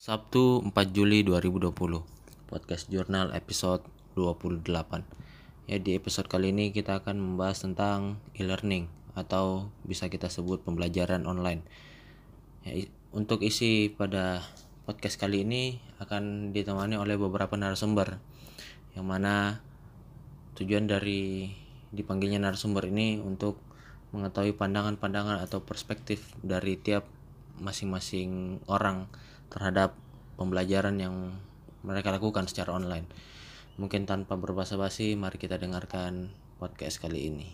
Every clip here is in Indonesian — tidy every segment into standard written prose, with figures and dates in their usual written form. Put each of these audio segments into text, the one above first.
Sabtu 4 Juli 2020, Podcast Jurnal episode 28. Ya, di episode kali ini kita akan membahas tentang e-learning atau bisa kita sebut pembelajaran online. Ya, untuk isi pada podcast kali ini akan ditemani oleh beberapa narasumber, yang mana tujuan dari dipanggilnya narasumber ini untuk mengetahui pandangan-pandangan atau perspektif dari tiap masing-masing orang terhadap pembelajaran yang mereka lakukan secara online. Mungkin tanpa berbasa-basi, mari kita dengarkan podcast kali ini.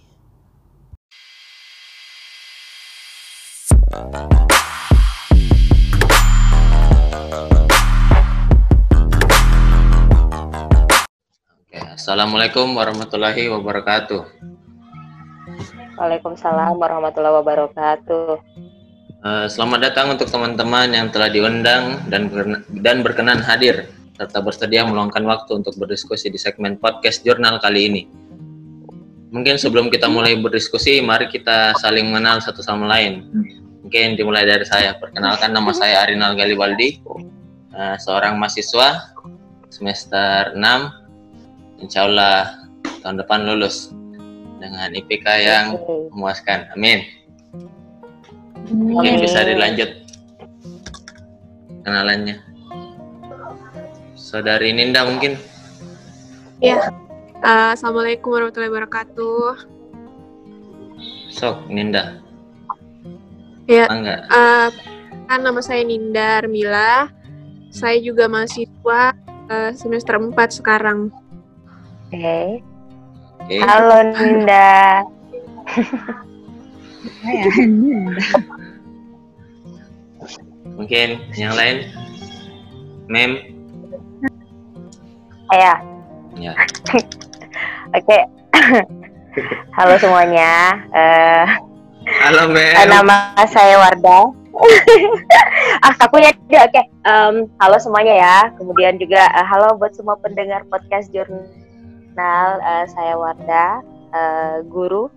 Oke, Assalamualaikum warahmatullahi wabarakatuh. Waalaikumsalam warahmatullahi wabarakatuh. Selamat datang untuk teman-teman yang telah diundang dan berkenan hadir serta bersedia meluangkan waktu untuk berdiskusi di segmen podcast jurnal kali ini. Mungkin sebelum kita mulai berdiskusi, mari kita saling mengenal satu sama lain. Mungkin dimulai dari saya. Perkenalkan, nama saya Arinal Galibaldi, seorang mahasiswa semester 6. Insya Allah tahun depan lulus dengan IPK yang memuaskan. Amin. Mungkin bisa dilanjut kenalannya. Saudari Ninda mungkin. Ya. Assalamualaikum warahmatullahi wabarakatuh. Sok Ninda. Ya. Enggak. Nama saya Ninda Armila. Saya juga mahasiswa semester 4 sekarang. Oke. Halo Ninda. Mungkin yang lain, Mem. Ya. Oke. Halo semuanya. Halo Mem. Nama saya Wardah. Akunya juga. Oke. Halo semuanya ya. Kemudian juga halo buat semua pendengar podcast jurnal. Saya Wardah, guru.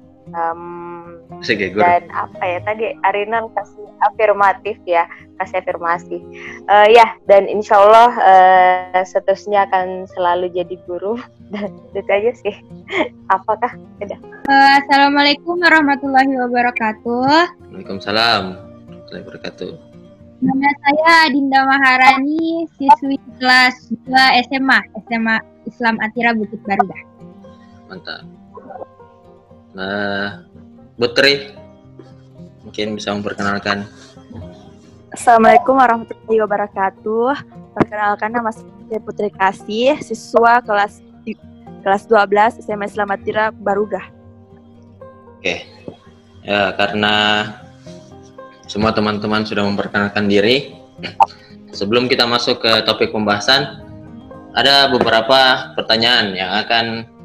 Dan apa ya tadi Arinal kasih afirmatif ya, kasih afirmasi ya, dan insya Allah seterusnya akan selalu jadi guru. Dan itu aja sih. Apakah udah? Assalamualaikum warahmatullahi wabarakatuh. Waalaikumsalam warahmatullahi wabarakatuh. Nama saya Dinda Maharani, siswi kelas 2 SMA Islam Atira Bukit Baruga. Mantap. Putri mungkin bisa memperkenalkan. Assalamualaikum warahmatullahi wabarakatuh. Perkenalkan, nama saya Putri Kasih, siswa kelas 12 SMA Islam Atira Baruga. Oke. Ya, karena semua teman-teman sudah memperkenalkan diri, sebelum kita masuk ke topik pembahasan, ada beberapa pertanyaan yang akan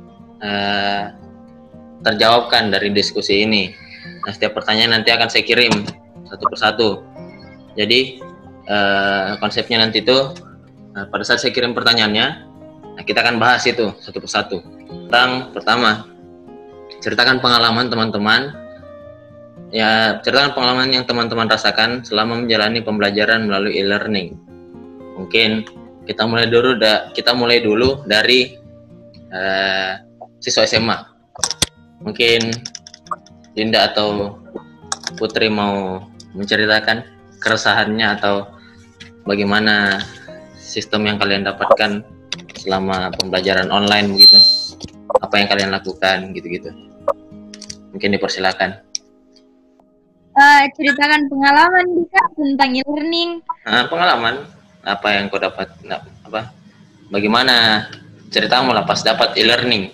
terjawabkan dari diskusi ini. Nah, setiap pertanyaan nanti akan saya kirim satu persatu. Jadi konsepnya nanti itu pada saat saya kirim pertanyaannya, nah kita akan bahas itu satu persatu. Tentang pertama, ceritakan pengalaman teman-teman. Ya, ceritakan pengalaman yang teman-teman rasakan selama menjalani pembelajaran melalui e-learning. Mungkin kita mulai dulu dari siswa SMA. Mungkin Dinda atau Putri mau menceritakan keresahannya atau bagaimana sistem yang kalian dapatkan selama pembelajaran online begitu. Apa yang kalian lakukan gitu-gitu. Mungkin dipersilakan. Ceritakan pengalaman Dika tentang e-learning. Pengalaman apa yang kau dapat, bagaimana ceritamu pas dapat e-learning?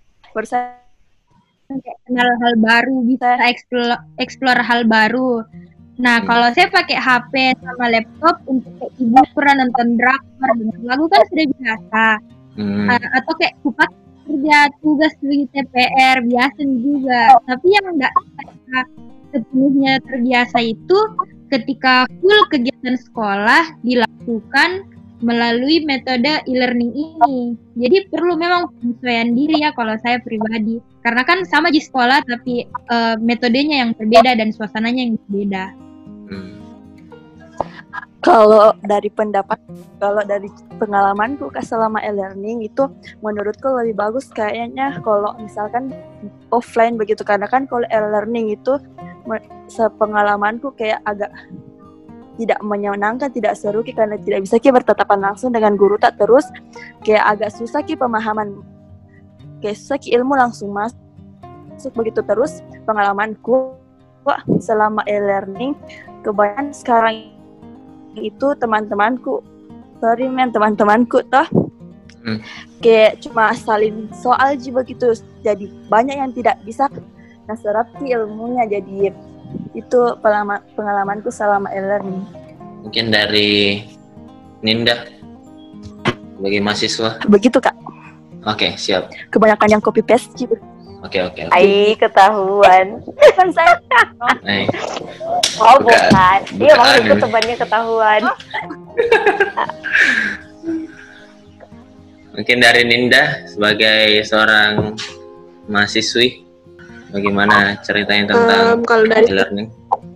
Kayak kenal hal baru, bisa explore hal baru. Nah, kalau saya pakai HP sama laptop untuk kayak hiburan, nonton drakor, dengar lagu kan sudah biasa. Atau kayak kupas kerja, tugas sebagai TPR, biasa juga. Tapi yang enggak sepenuhnya terbiasa itu ketika full kegiatan sekolah dilakukan melalui metode e-learning ini. Jadi perlu memang penyesuaian diri ya kalau saya pribadi. Karena kan sama di sekolah tapi metodenya yang berbeda dan suasananya yang berbeda. Kalau dari pengalamanku selama e-learning itu menurutku lebih bagus kayaknya kalau misalkan offline begitu, karena kan kalau e-learning itu sepengalamanku kayak agak tidak menyenangkan, tidak seru karena tidak bisa bertatapan langsung dengan guru, tak terus kayak agak susah pemahaman, kayak susah ilmu langsung masuk begitu. Terus pengalamanku selama e-learning kebanyakan sekarang itu teman-temanku toh kayak cuma salin soal juga gitu, jadi banyak yang tidak bisa serap ilmunya. Jadi itu pengalamanku selama e-learning. Mungkin dari Ninda sebagai mahasiswa. Begitu Kak. Oke, siap. Kebanyakan yang copy paste gitu. Oke. Ai, ketahuan. Kan saya. Oh, bukan. Iya, makanya ikut temannya ketahuan. Mungkin dari Ninda sebagai seorang mahasiswi, bagaimana ceritanya tentang Kalau dari e-learning?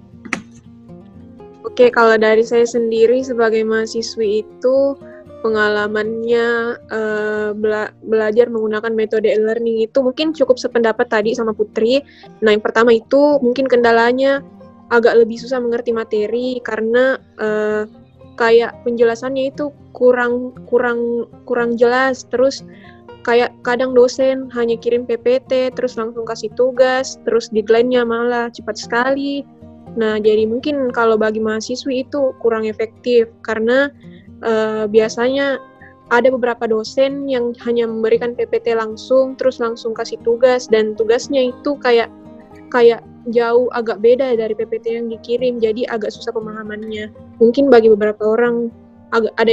Oke, kalau dari saya sendiri sebagai mahasiswi itu pengalamannya belajar menggunakan metode e-learning itu mungkin cukup sependapat tadi sama Putri. Nah, yang pertama itu mungkin kendalanya agak lebih susah mengerti materi karena kayak penjelasannya itu kurang jelas. Terus kayak kadang dosen hanya kirim PPT terus langsung kasih tugas, terus deadline-nya malah cepat sekali. Nah, jadi mungkin kalau bagi mahasiswi itu kurang efektif karena biasanya ada beberapa dosen yang hanya memberikan PPT langsung, terus langsung kasih tugas, dan tugasnya itu kayak jauh agak beda dari PPT yang dikirim, jadi agak susah pemahamannya. Mungkin bagi beberapa orang ada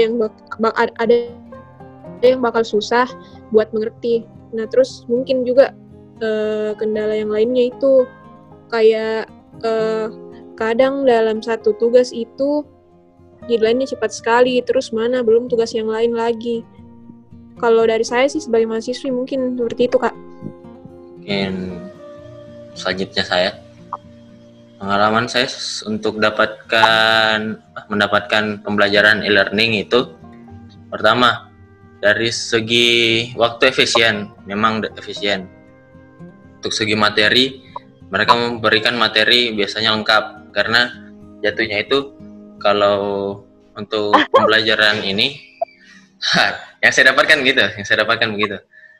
yang bakal susah buat mengerti. Nah, terus mungkin juga kendala yang lainnya itu kayak kadang dalam satu tugas itu deadline-nya cepat sekali, terus mana belum tugas yang lain lagi. Kalau dari saya sih sebagai mahasiswi mungkin seperti itu, Kak. Mungkin selanjutnya saya. Pengalaman saya untuk mendapatkan pembelajaran e-learning itu, pertama, dari segi waktu efisien, memang efisien. Untuk segi materi, mereka memberikan materi biasanya lengkap, karena jatuhnya itu kalau untuk pembelajaran ini yang saya dapatkan begitu.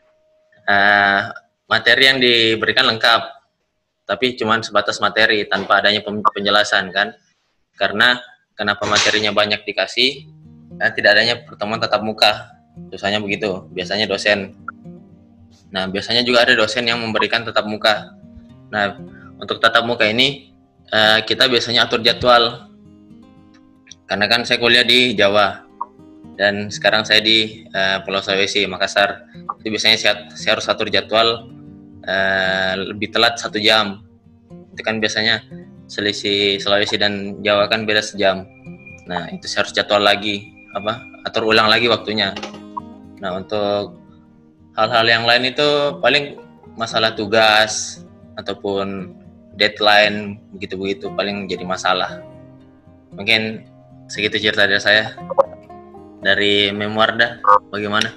Materi yang diberikan lengkap, tapi cuma sebatas materi tanpa adanya penjelasan kan. Karena kenapa materinya banyak dikasih dan tidak adanya pertemuan tatap muka. Susahnya begitu, biasanya dosen. Nah, biasanya juga ada dosen yang memberikan tatap muka. Nah, untuk tatap muka ini kita biasanya atur jadwal. Karena kan saya kuliah di Jawa dan sekarang saya di Pulau Sulawesi, Makassar. Itu biasanya saya harus atur jadwal lebih telat 1 jam. Itu kan biasanya selisih Sulawesi dan Jawa kan beda sejam. Nah, itu saya harus jadwal lagi, atur ulang lagi waktunya. Nah, untuk hal-hal yang lain itu paling masalah tugas ataupun deadline begitu paling jadi masalah. Mungkin segitu cerita dari saya. Dari Memwarda, bagaimana?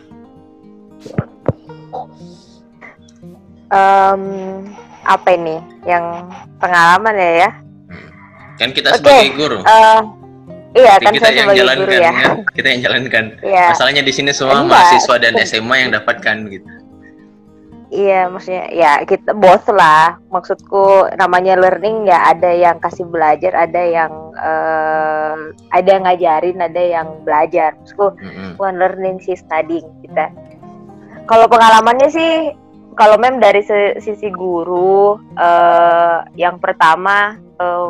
Apa ini? Yang pengalaman ya? Kan kita sebagai guru. Iya, kan kita saya yang sebagai jalankan, guru ya. Kita yang jalankan. Iya. Masalahnya di sini semua mahasiswa dan SMA yang dapatkan gitu. Iya, maksudnya ya kita bos lah. Maksudku namanya learning ya, ada yang kasih belajar, ada yang ngajarin, ada yang belajar. Maksudku bukan learning sih, studying kita. Kalau pengalamannya sih, kalau dari sisi guru, yang pertama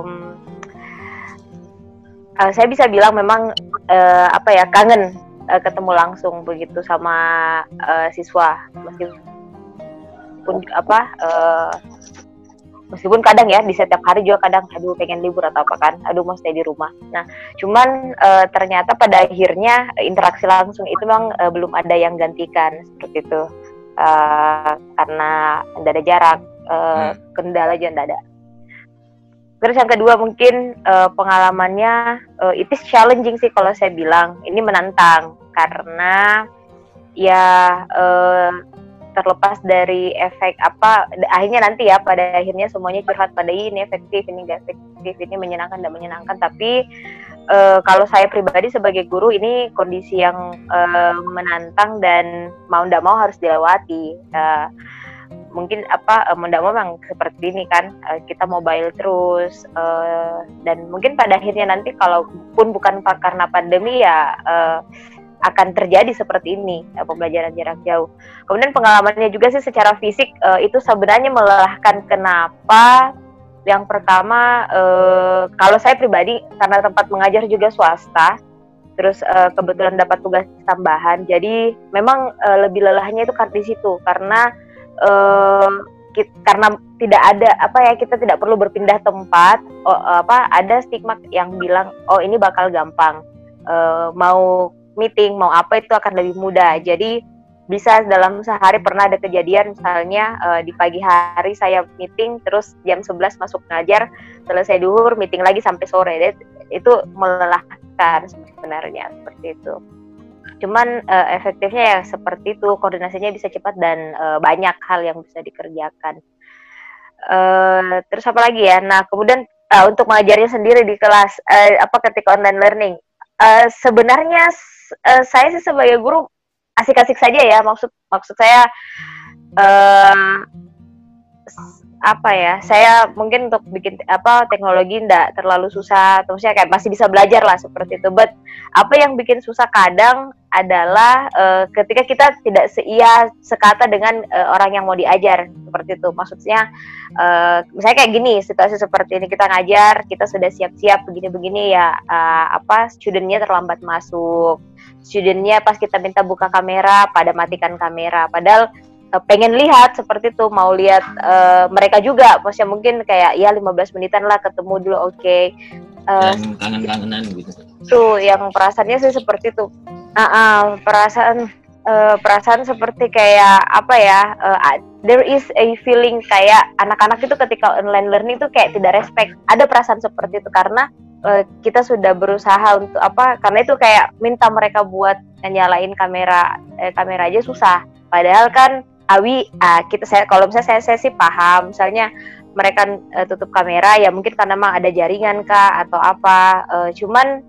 saya bisa bilang memang kangen ketemu langsung begitu sama siswa, meskipun kadang ya di setiap hari juga kadang pengen libur atau apa kan, mau stay di rumah. Nah, cuman ternyata pada akhirnya interaksi langsung itu memang belum ada yang gantikan seperti itu, karena tidak ada jarak, kendala aja tidak ada. Terus yang kedua mungkin pengalamannya it is challenging sih kalau saya bilang. Ini menantang karena ya terlepas dari efek apa akhirnya nanti ya pada akhirnya semuanya curhat pada ini efektif, ini gak efektif, ini menyenangkan, tidak menyenangkan. Tapi kalau saya pribadi sebagai guru ini kondisi yang menantang dan mau tidak mau harus dilewati. Mungkin mau tidak mau memang seperti ini kan, kita mobile terus dan mungkin pada akhirnya nanti kalaupun bukan karena pandemi ya akan terjadi seperti ini pembelajaran jarak jauh. Kemudian pengalamannya juga sih secara fisik itu sebenarnya melelahkan. Kenapa? Yang pertama kalau saya pribadi karena tempat mengajar juga swasta, terus kebetulan dapat tugas tambahan, jadi memang lebih lelahnya itu di situ karena karena tidak ada kita tidak perlu berpindah tempat. Ada stigma yang bilang ini bakal gampang, mau meeting mau apa itu akan lebih mudah. Jadi bisa dalam sehari pernah ada kejadian misalnya di pagi hari saya meeting terus jam 11 masuk ngajar, selesai duhur meeting lagi sampai sore. Itu melelahkan sebenarnya seperti itu. Cuman efektifnya ya seperti itu, koordinasinya bisa cepat dan banyak hal yang bisa dikerjakan. Terus apa lagi ya? Nah kemudian untuk mengajarnya sendiri di kelas ketika online learning, sebenarnya saya sih sebagai guru asik-asik saja ya. Maksud saya saya mungkin untuk bikin teknologi enggak terlalu susah, terusnya kayak masih bisa belajar lah seperti itu. But apa yang bikin susah kadang adalah ketika kita tidak sekata dengan orang yang mau diajar seperti itu. Maksudnya misalnya kayak gini, situasi seperti ini kita ngajar, kita sudah siap-siap begini-begini ya, studentnya terlambat masuk, studentnya pas kita minta buka kamera pada matikan kamera, padahal pengen lihat seperti itu, mau lihat mereka juga, maksudnya mungkin kayak ya 15 menitan lah ketemu dulu, oke. Dan kangen-kangenan gitu. Tuh yang perasaannya sih seperti itu. Perasaan seperti kayak there is a feeling kayak anak-anak itu ketika online learning itu kayak tidak respect. Ada perasaan seperti itu karena kita sudah berusaha untuk karena itu kayak minta mereka buat nyalain kamera aja susah. Padahal kan kalau misalnya saya sih paham, misalnya mereka tutup kamera ya mungkin karena memang ada jaringan kah atau apa, cuman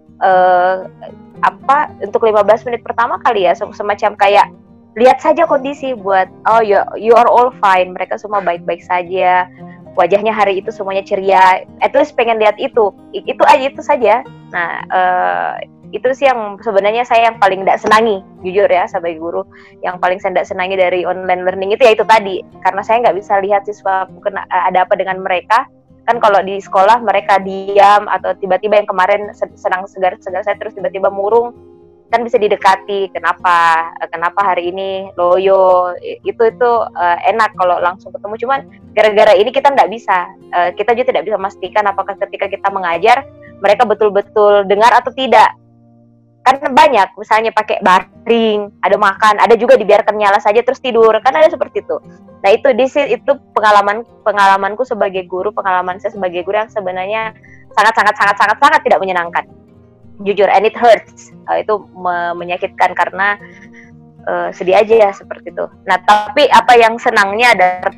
untuk 15 menit pertama kali ya semacam kayak lihat saja kondisi buat you are all fine, mereka semua baik-baik saja, wajahnya hari itu semuanya ceria, at least pengen lihat itu saja. Nah itu sih yang sebenarnya saya yang paling tidak senangi, jujur ya sebagai guru, yang paling saya tidak senangi dari online learning itu ya itu tadi, karena saya nggak bisa lihat siswa ada apa dengan mereka. Kan kalau di sekolah mereka diam atau tiba-tiba yang kemarin senang segar saya terus tiba-tiba murung, kan bisa didekati, kenapa hari ini loyo, itu enak kalau langsung ketemu. Cuman gara-gara ini kita nggak bisa, kita juga tidak bisa memastikan apakah ketika kita mengajar mereka betul-betul dengar atau tidak. Kan banyak misalnya pakai baring, ada makan, ada juga dibiarkan nyala saja terus tidur, kan ada seperti itu. Nah itu pengalamanku sebagai guru, pengalaman saya sebagai guru yang sebenarnya sangat tidak menyenangkan, jujur, and it hurts. Itu menyakitkan karena sedih aja ya seperti itu. Nah tapi apa yang senangnya adalah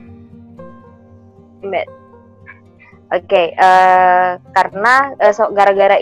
karena gara-gara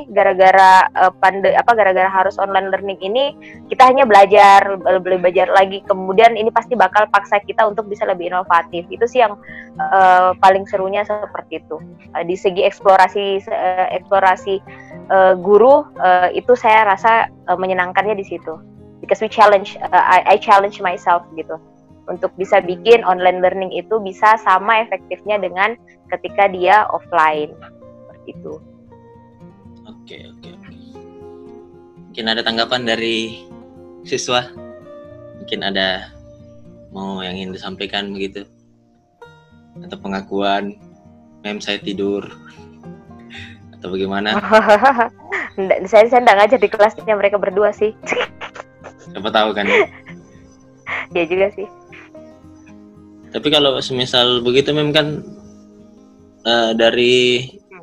harus online learning ini kita hanya belajar lagi, kemudian ini pasti bakal paksa kita untuk bisa lebih inovatif. Itu sih yang paling serunya seperti itu. Di segi eksplorasi guru itu saya rasa menyenangkannya di situ, because we challenge, I challenge myself gitu, untuk bisa bikin online learning itu bisa sama efektifnya dengan ketika dia offline, seperti itu. Oke. Mungkin ada tanggapan dari siswa? Mungkin ada mau yang ingin disampaikan begitu? Atau pengakuan, mem saya tidur? Atau bagaimana? Saya nggak ngajar di kelasnya mereka berdua sih. Siapa tahu kan? Ya juga sih. Tapi kalau semisal begitu mem kan dari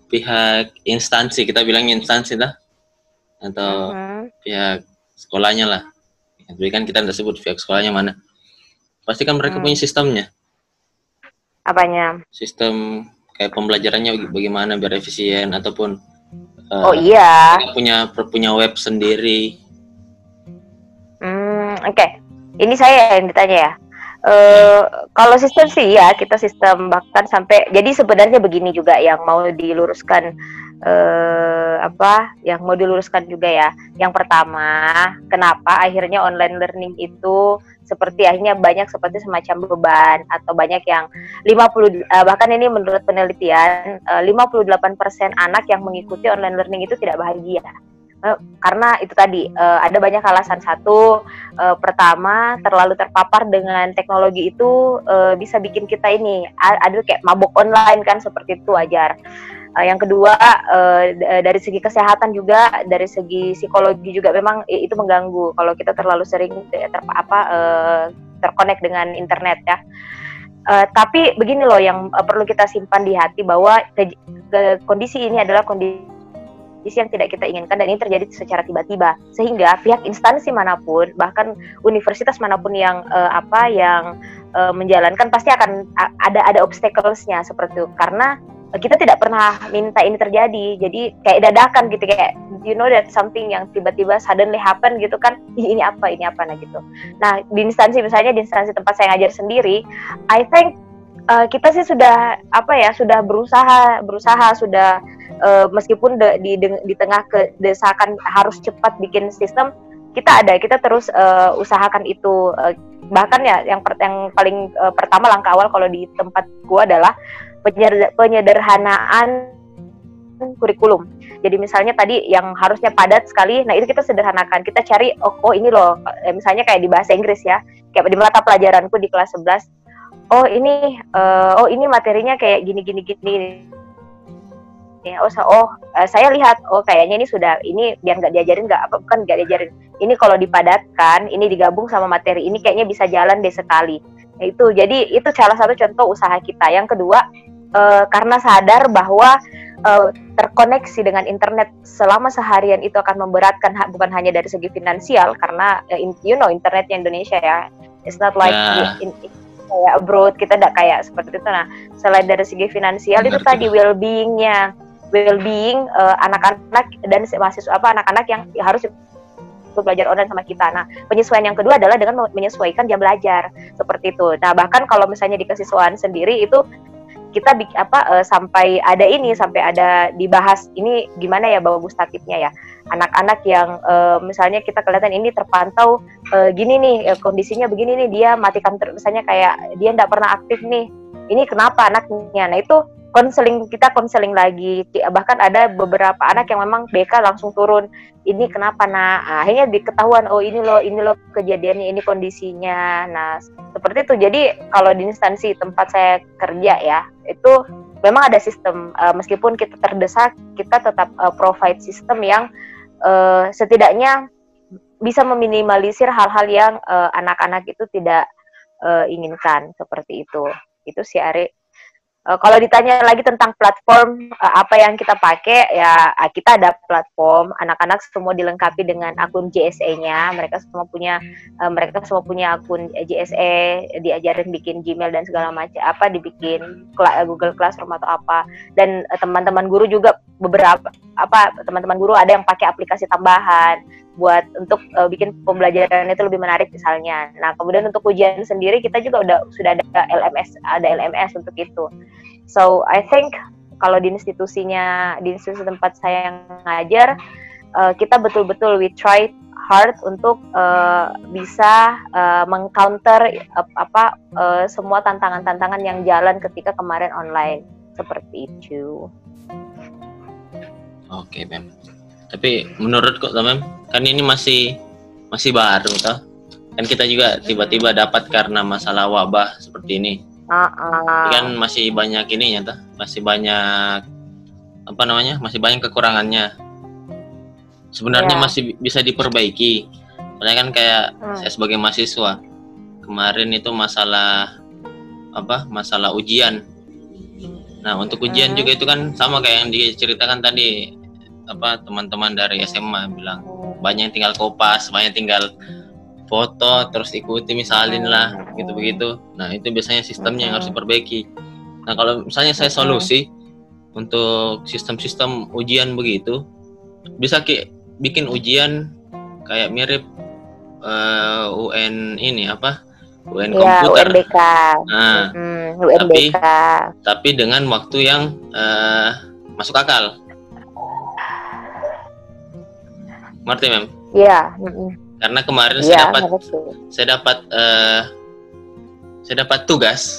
pihak instansi, kita bilangnya instansi lah, atau pihak sekolahnya lah. Tapi kan kita tidak sebut pihak sekolahnya mana. Pasti kan mereka punya sistemnya. Apanya? Sistem kayak pembelajarannya bagaimana biar efisien, ataupun iya. punya web sendiri. Oke. Ini saya yang ditanya ya. Kalau sistem sih ya kita sistem bahkan sampai jadi sebenarnya begini juga yang mau diluruskan yang mau diluruskan juga ya. Yang pertama, kenapa akhirnya online learning itu seperti akhirnya banyak seperti semacam beban atau banyak yang 50 bahkan ini menurut penelitian 58% anak yang mengikuti online learning itu tidak bahagia. Karena itu tadi ada banyak alasan. Satu, pertama terlalu terpapar dengan teknologi itu bisa bikin kita ini ada kayak mabuk online kan, seperti itu wajar. Yang kedua, dari segi kesehatan juga, dari segi psikologi juga memang itu mengganggu kalau kita terlalu sering terkonek dengan internet ya. Tapi begini loh yang perlu kita simpan di hati, bahwa kondisi ini adalah kondisi yang tidak kita inginkan dan ini terjadi secara tiba-tiba, sehingga pihak instansi manapun bahkan universitas manapun yang menjalankan pasti akan ada obstacles-nya seperti itu, karena kita tidak pernah minta ini terjadi. Jadi kayak dadakan gitu, kayak you know that something yang tiba-tiba suddenly happen gitu kan, ini apa nah gitu. Nah di instansi misalnya di instansi tempat saya ngajar sendiri, I think kita sih sudah sudah berusaha sudah meskipun di tengah kedesakan harus cepat bikin sistem, kita terus usahakan itu. Bahkan ya yang paling pertama langkah awal kalau di tempat gua adalah penyederhanaan kurikulum. Jadi misalnya tadi yang harusnya padat sekali, nah itu kita sederhanakan. Kita cari ini loh, misalnya kayak di bahasa Inggris ya, kayak di mata pelajaranku di kelas 11. Ini materinya kayak gini. Ya, saya lihat, kayaknya ini sudah, ini biar nggak diajarin, bukan nggak diajarin. Ini kalau dipadatkan, ini digabung sama materi ini kayaknya bisa jalan deh sekali. Nah, jadi itu salah satu contoh usaha kita. Yang kedua, karena sadar bahwa terkoneksi dengan internet selama seharian itu akan memberatkan, bukan hanya dari segi finansial, karena internetnya Indonesia ya, it's not like kayak abroad, kita tidak kayak seperti itu. Nah, selain dari segi finansial, itu tadi well-being anak-anak dan mahasiswa anak-anak yang harus belajar online sama kita. Nah, penyesuaian yang kedua adalah dengan menyesuaikan jam belajar seperti itu. Nah, bahkan kalau misalnya di kesiswaan sendiri itu kita sampai ada dibahas ini gimana ya bagus tatipnya ya. Anak-anak yang misalnya kita kelihatan ini terpantau gini nih kondisinya begini nih, dia matikan misalnya kayak dia tidak pernah aktif nih. Ini kenapa anaknya? Nah, itu kita konseling lagi. Bahkan ada beberapa anak yang memang BK langsung turun. Ini kenapa nak? Akhirnya diketahuan, ini loh kejadiannya, ini kondisinya. Nah, seperti itu. Jadi kalau di instansi tempat saya kerja ya, itu memang ada sistem. Meskipun kita terdesak, kita tetap provide sistem yang setidaknya bisa meminimalisir hal-hal yang anak-anak itu tidak inginkan, seperti itu. Itu sih Ari. Kalau ditanya lagi tentang platform apa yang kita pakai, ya kita ada platform, anak-anak semua dilengkapi dengan akun JSE-nya, mereka semua punya akun JSE, diajarin bikin Gmail dan segala macam, dibikin Google Classroom atau apa, dan teman-teman guru juga teman-teman guru ada yang pakai aplikasi tambahan buat untuk bikin pembelajaran itu lebih menarik misalnya. Nah, kemudian untuk ujian sendiri kita juga sudah ada LMS untuk itu. So I think kalau di institusi tempat saya yang ngajar, kita betul-betul we try hard untuk bisa mengcounter semua tantangan-tantangan yang jalan ketika kemarin online, seperti itu. Oke, Mem. Tapi menurut kok, Mem, kan ini masih baru toh. Kan kita juga tiba-tiba dapat karena masalah wabah seperti ini. Kan masih banyak ininya toh, masih banyak kekurangannya. Sebenarnya masih bisa diperbaiki. Soalnya kan kayak saya sebagai mahasiswa kemarin itu masalah ujian. Nah, untuk ujian juga itu kan sama kayak yang diceritakan tadi, apa teman-teman dari SMA bilang banyak yang tinggal kopas, banyak tinggal foto terus ikuti misalin lah gitu begitu. Nah, itu biasanya sistemnya yang harus diperbaiki. Nah, kalau misalnya saya solusi untuk sistem-sistem ujian begitu, bisa bikin ujian kayak mirip UN ini apa? UN komputer. UNBK. Nah, UNBK. tapi dengan waktu yang masuk akal. Ngerti, Mem? Iya. Karena kemarin saya dapat tugas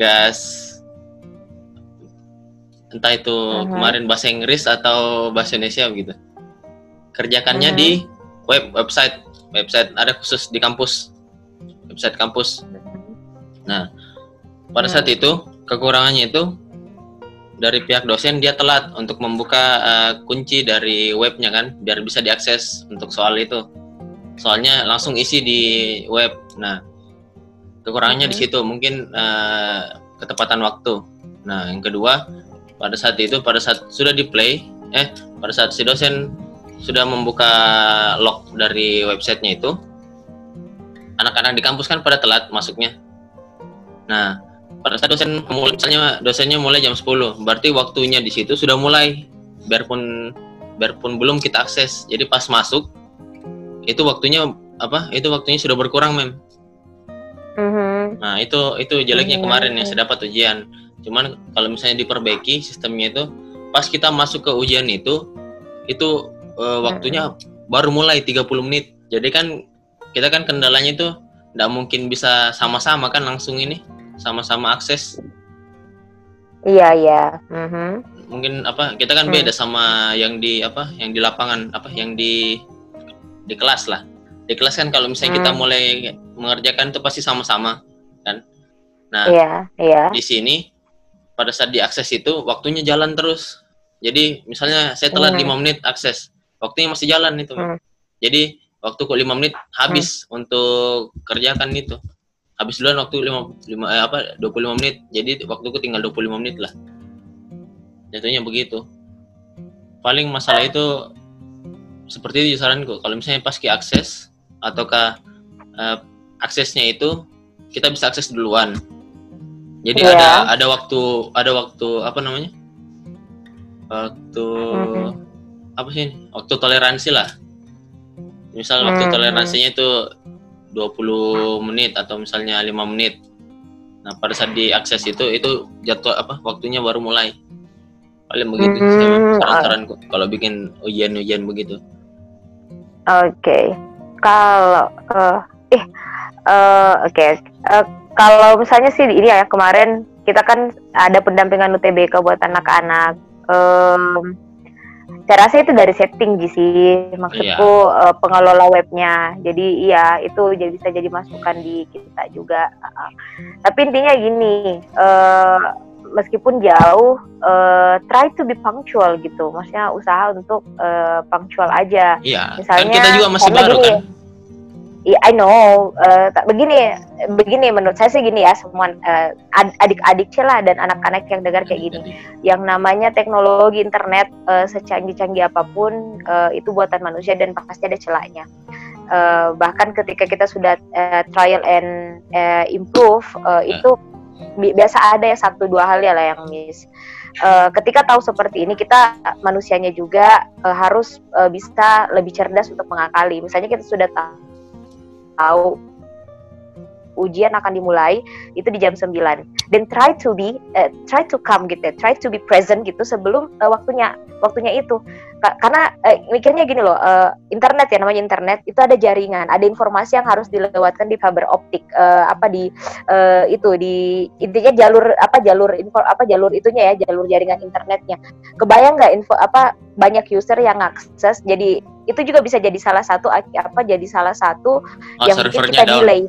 entah itu kemarin bahasa Inggris atau bahasa Indonesia begitu. Kerjakannya di website ada khusus di kampus, website kampus. Nah, pada saat itu kekurangannya itu dari pihak dosen, dia telat untuk membuka kunci dari webnya kan, biar bisa diakses untuk soal itu. Soalnya langsung isi di web. Nah, kekurangannya di situ mungkin ketepatan waktu. Nah, yang kedua, pada saat sudah di play, pada saat si dosen sudah membuka log dari websitenya itu, anak-anak di kampus kan pada telat masuknya. Nah, pada saat dosennya mulai jam 10, berarti waktunya di situ sudah mulai, biarpun belum kita akses. Jadi pas masuk itu waktunya sudah berkurang, Mem. Nah, itu jeleknya kemarin yang saya dapat ujian. Cuman kalau misalnya diperbaiki sistemnya itu, pas kita masuk ke ujian itu waktunya baru mulai 30 menit. Jadi kan kita kan kendalanya itu nggak mungkin bisa sama-sama kan langsung ini sama-sama akses. Iya. Mungkin kita kan beda sama yang di lapangan, yang di kelas lah. Di kelas kan kalau misalnya kita mulai mengerjakan itu pasti sama-sama kan. Nah, di sini pada saat diakses itu waktunya jalan terus. Jadi misalnya saya telat 5 menit akses, waktunya masih jalan itu. Jadi waktu 5 menit habis untuk kerjakan itu. Habis duluan waktu 25 menit. Jadi waktuku tinggal 25 menit lah. Jatuhnya begitu. Paling masalah itu seperti itu saranku. Kalau misalnya pas akses ataukah aksesnya itu kita bisa akses duluan. Jadi ada waktu apa namanya? Waktu toleransi lah. Misal waktu toleransinya itu 20 menit atau misalnya 5 menit. Nah, pada saat diakses itu jatuh waktunya baru mulai. Paling begitu saran-saranku kalau bikin ujian begitu. Oke. Kalau kalau misalnya sih ini ya, kemarin kita kan ada pendampingan UTBK buat anak-anak. Saya rasa itu dari setting sih, maksudku pengelola webnya. Jadi iya, itu bisa jadi masukan di kita juga. Tapi intinya gini, meskipun jauh, try to be punctual gitu. Maksudnya usaha untuk punctual aja. Iya. Misalnya, kan kita juga masih baru gini, kan. Iya, I know. Begini menurut saya sih gini ya, semua adik-adik lah dan anak-anak yang dengar kayak gini. Yang namanya teknologi internet secanggih-canggih apapun itu buatan manusia dan pasti ada celahnya. Bahkan ketika kita sudah trial and improve itu biasa ada ya 1-2 hal ya lah yang miss. Ketika tahu seperti ini, kita manusianya juga harus bisa lebih cerdas untuk mengakali. Misalnya kita sudah tahu ujian akan dimulai itu di jam 9, dan try to come gitu, try to be present gitu sebelum waktunya itu. Karena mikirnya gini loh, internet ya, namanya internet itu ada jaringan, ada informasi yang harus dilewatkan di fiber optik, intinya jalur itunya ya, jalur jaringan internetnya. Kebayang nggak banyak user yang akses, jadi itu juga bisa jadi salah satu yang mungkin kita delay.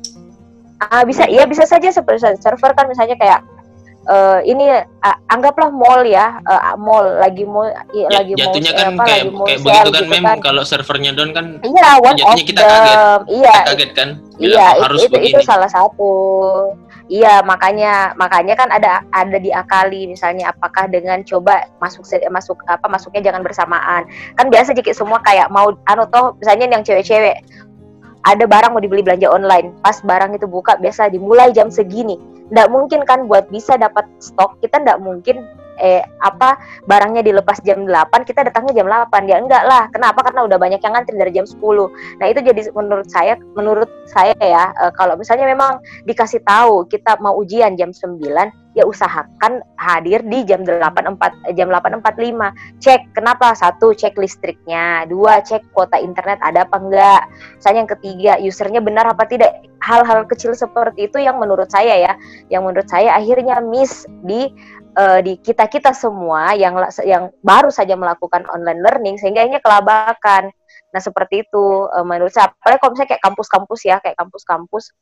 Bisa saja seperti server kan, misalnya kayak anggaplah mall ya, jatuhnya kan kayak begitu kan, Mem. Kalau servernya down kan, jatuhnya kita kaget. Kita kaget kan, harus begini. Itu salah satu. Iya, makanya kan ada diakali, misalnya apakah dengan coba masuknya jangan bersamaan. Kan biasa jika semua kayak mau toh misalnya yang cewek-cewek ada barang mau dibeli belanja online, pas barang itu buka biasa dimulai jam segini. Nggak mungkin kan buat bisa dapat stok, kita nggak mungkin barangnya dilepas jam 8, kita datangnya jam 8. Ya enggak lah. Kenapa? Karena udah banyak yang ngantri dari jam 10. Nah, itu jadi menurut saya ya, kalau misalnya memang dikasih tahu kita mau ujian jam 9, ya usahakan hadir di jam 8.45. Cek kenapa? 1, cek listriknya. 2, cek kuota internet ada apa enggak. Misalnya yang ketiga, usernya benar apa tidak. Hal-hal kecil seperti itu yang menurut saya akhirnya miss di kita semua yang baru saja melakukan online learning, sehingga akhirnya kelabakan. Nah, seperti itu menurut saya. Apalagi kalau misalnya kayak kampus-kampus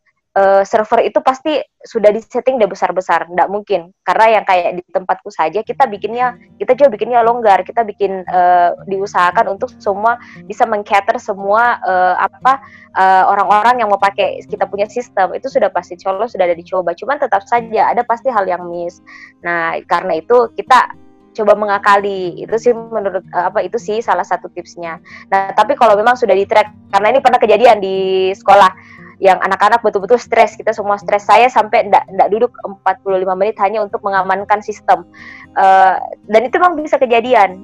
server itu pasti sudah disetting udah besar-besar, nggak mungkin. Karena yang kayak di tempatku saja kita coba bikinnya longgar, kita bikin diusahakan untuk semua bisa meng-cater semua orang-orang yang mau pakai kita punya sistem. Itu sudah pasti sudah ada dicoba, cuman tetap saja ada pasti hal yang miss. Nah, karena itu kita coba mengakali. Itu sih menurut itu sih salah satu tipsnya. Nah, tapi kalau memang sudah di-track, karena ini pernah kejadian di sekolah yang anak-anak betul-betul stres, kita semua stres. Saya sampai enggak duduk 45 menit hanya untuk mengamankan sistem. Dan itu memang bisa kejadian.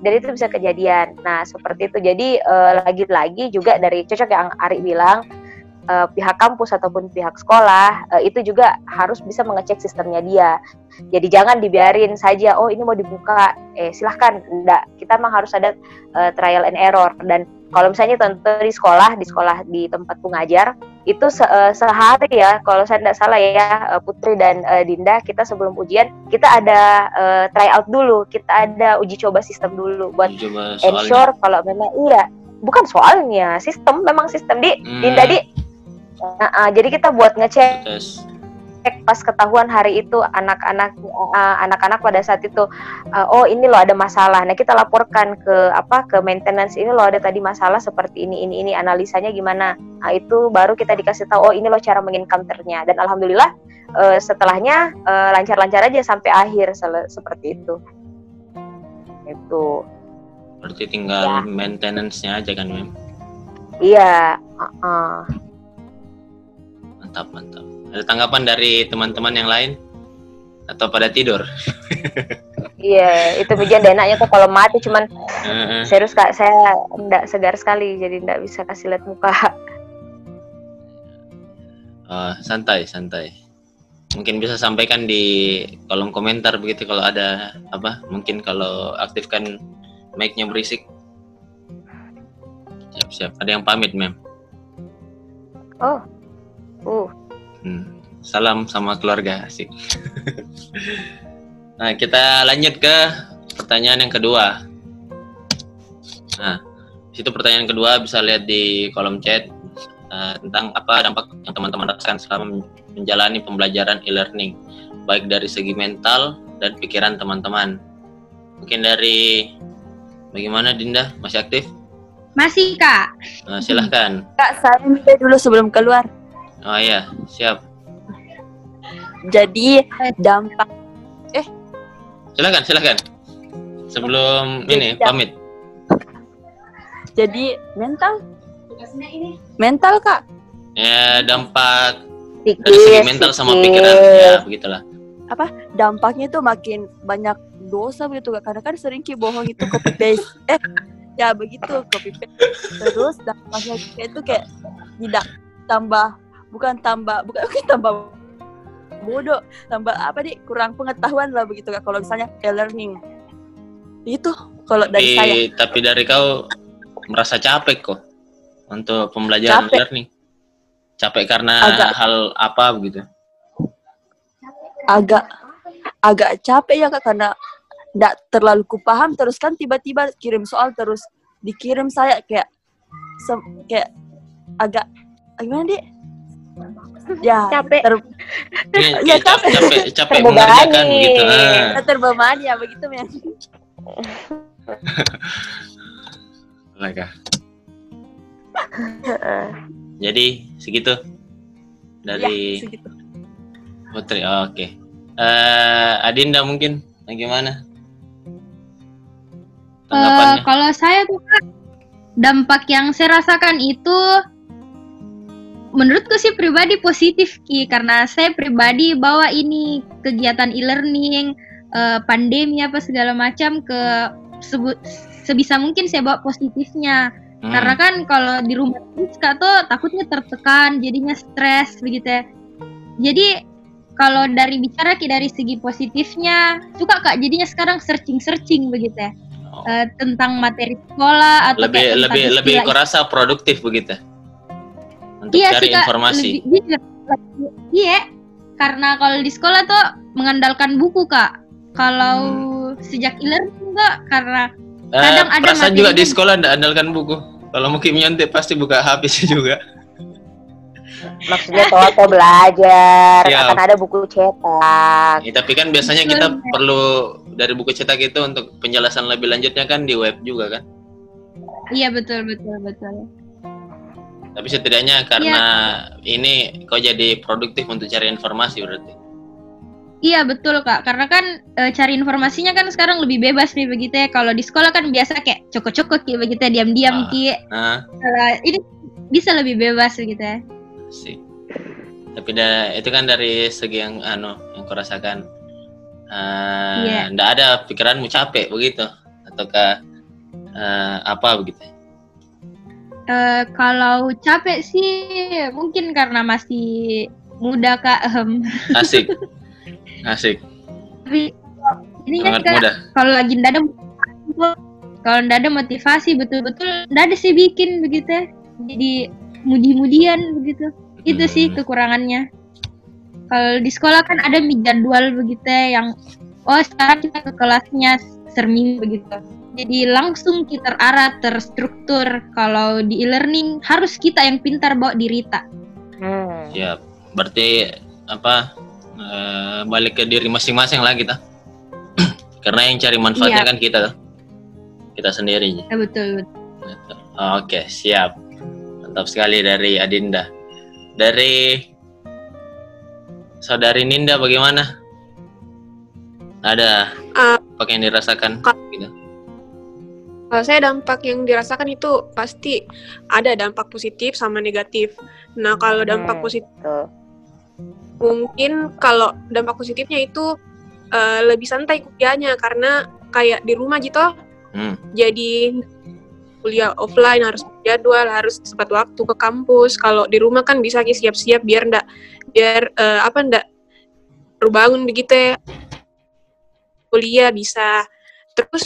Nah, seperti itu. Jadi lagi-lagi juga dari cocok yang Ari bilang, pihak kampus ataupun pihak sekolah itu juga harus bisa mengecek sistemnya dia. Jadi jangan dibiarin saja, oh ini mau dibuka, silahkan. Enggak, kita memang harus ada trial and error. Dan kalau misalnya contoh di sekolah di tempatku ngajar, itu sehari ya, kalau saya tidak salah ya, Putri dan Dinda, kita sebelum ujian, kita ada try out dulu, kita ada uji coba sistem dulu, buat ensure kalau memang bukan soalnya, memang sistem Dinda jadi kita buat ngecek pas ketahuan hari itu anak-anak pada saat itu oh ini loh ada masalah. Nah, kita laporkan ke maintenance, ini loh ada tadi masalah seperti ini analisanya gimana. Nah, itu baru kita dikasih tahu, oh ini loh cara mengencounternya. Dan alhamdulillah setelahnya lancar-lancar aja sampai akhir seperti itu. Itu. Berarti tinggal maintenance-nya aja kan, Mem? Iya, Mantap. Ada tanggapan dari teman-teman yang lain? Atau pada tidur? Iya, itu Bijan enaknya tuh kalau mati, cuman serius Kak, saya enggak segar sekali, jadi enggak bisa kasih lihat muka. Santai. Mungkin bisa sampaikan di kolom komentar begitu kalau ada mungkin kalau aktifkan mic-nya berisik. Siap. Ada yang pamit, Mem? Salam sama keluarga, asik. Nah, kita lanjut ke pertanyaan yang kedua. Nah, situ pertanyaan kedua bisa lihat di kolom chat tentang apa dampak yang teman-teman rasakan selama menjalani pembelajaran e-learning, baik dari segi mental dan pikiran teman-teman. Mungkin dari bagaimana, Dinda? Masih aktif? Masih, Kak. Nah, silahkan. Kak, saya minta dulu sebelum keluar. Oh iya, siap. Jadi dampak Silakan. Sebelum ini pamit. Jadi mental Kak. Ya, dampak dari segi mental sama pikiran, ya begitulah. Dampaknya itu makin banyak dosa begitu Kak. Karena kan sering bohong itu copy paste. Ya begitu copy paste. Terus dampaknya itu kayak tidak bukan tambah bodoh, tambah kurang pengetahuan lah begitu Kak, kalau misalnya e-learning. Itu kalau dari saya. Tapi dari kau merasa capek kok untuk pembelajaran learning? Capek karena hal apa begitu? Agak capek ya Kak, karena enggak terlalu kupaham, terus kan tiba-tiba kirim soal terus dikirim saya kayak agak gimana ya capek capek mengerjakan begitu. Terbebani ya begitu ya. Jadi segitu dari segitu. Putri, oke. Adinda mungkin gimana tanggapannya? Kalau saya tuh Kak, dampak yang saya rasakan itu menurutku sih pribadi positif Ki, karena saya pribadi bawa ini kegiatan e-learning, pandemi apa segala macam ke sebisa mungkin saya bawa positifnya. Karena kan kalau di rumah terus Kak tuh takutnya tertekan, jadinya stres begitu ya. Jadi kalau dari bicara Ki dari segi positifnya, suka Kak jadinya sekarang searching begitu ya. Tentang materi sekolah atau lebih kurasa produktif begitu untuk cari sih, Kak, informasi. Iya, karena kalau di sekolah tuh mengandalkan buku Kak. Kalau sejak e-learning Kak, karena kadang ada perasaan juga di sekolah nggak andalkan buku. Kalau mungkin nyontek pasti buka HP sih juga. Maksudnya kalau belajar akan ada buku cetak. Ya, tapi kan biasanya kita perlu dari buku cetak itu untuk penjelasan lebih lanjutnya kan di web juga kan? Iya betul. Tapi setidaknya karena ini kau jadi produktif untuk cari informasi berarti. Iya betul Kak, karena kan cari informasinya kan sekarang lebih bebas nih begitu ya. Kalau di sekolah kan biasa kayak cokok-cokok Ki begitu ya, diam-diam Ki. Ini bisa lebih bebas begitu ya. Sih. Tapi itu kan dari segi yang yang kau rasakan. Nggak ada pikiranmu capek begitu ataukah apa begitu? Kalau capek sih mungkin karena masih muda Kak. Asik. Tapi ini kan Kak, muda. kalau lagi nggak ada motivasi betul-betul nggak ada sih bikin begitu ya. Jadi mudi-mudian begitu. Itu sih kekurangannya. Kalau di sekolah kan ada jadwal begitu ya, yang sekarang kita ke kelasnya seminggu begitu. Jadi langsung kita terarah, terstruktur. Kalau di e-learning harus kita yang pintar bawa diri tak. Siap. Berarti balik ke diri masing-masing lah kita. Karena yang cari manfaatnya kan kita sendiri. Ya, betul. Oke, siap. Mantap sekali dari Adinda. Dari saudari Ninda bagaimana? Ada apa yang dirasakan gitu? Kalau saya dampak yang dirasakan itu pasti ada dampak positif sama negatif. Nah kalau dampak positif, mungkin kalau dampak positifnya itu lebih santai kuliahnya karena kayak di rumah gitu. Jadi kuliah offline harus jadwal, harus tepat waktu ke kampus. Kalau di rumah kan bisa siap-siap biar ndak terbangun begitu ya. Kuliah bisa. Terus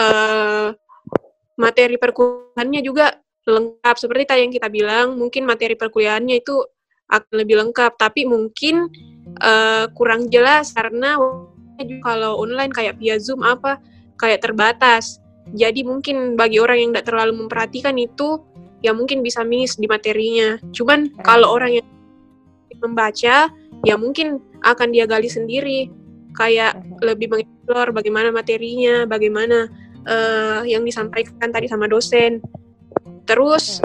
materi perkuliahannya juga lengkap. Seperti tadi yang kita bilang, mungkin materi perkuliahannya itu akan lebih lengkap, tapi mungkin kurang jelas karena kalau online kayak via Zoom kayak terbatas. Jadi mungkin bagi orang yang tidak terlalu memperhatikan itu, ya mungkin bisa miss di materinya. Cuman kalau orang yang membaca, ya mungkin akan dia gali sendiri, kayak lebih mengeksplor bagaimana materinya, bagaimana yang disampaikan tadi sama dosen. Terus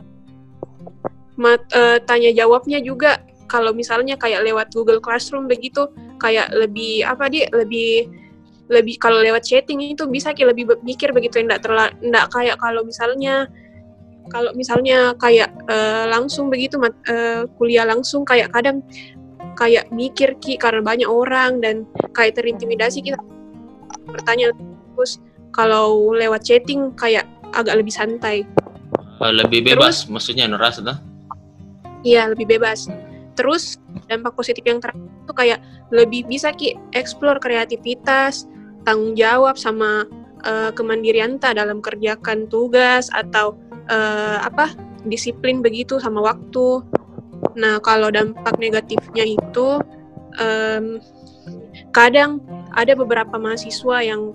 tanya jawabnya juga, kalau misalnya kayak lewat Google Classroom begitu, kayak lebih kalau lewat chatting itu bisa lebih mikir begitu, enggak kayak kalau misalnya kayak langsung begitu kuliah langsung, kayak kadang kayak mikir karena banyak orang dan kayak terintimidasi kita bertanya. Terus kalau lewat chatting kayak agak lebih santai, lebih bebas. Terus, maksudnya ngerasa tuh? Iya, lebih bebas. Terus dampak positif yang terakhir itu kayak lebih bisa explore kreativitas, tanggung jawab sama kemandirian dalam kerjakan tugas atau disiplin begitu sama waktu. Nah, kalau dampak negatifnya itu kadang ada beberapa mahasiswa yang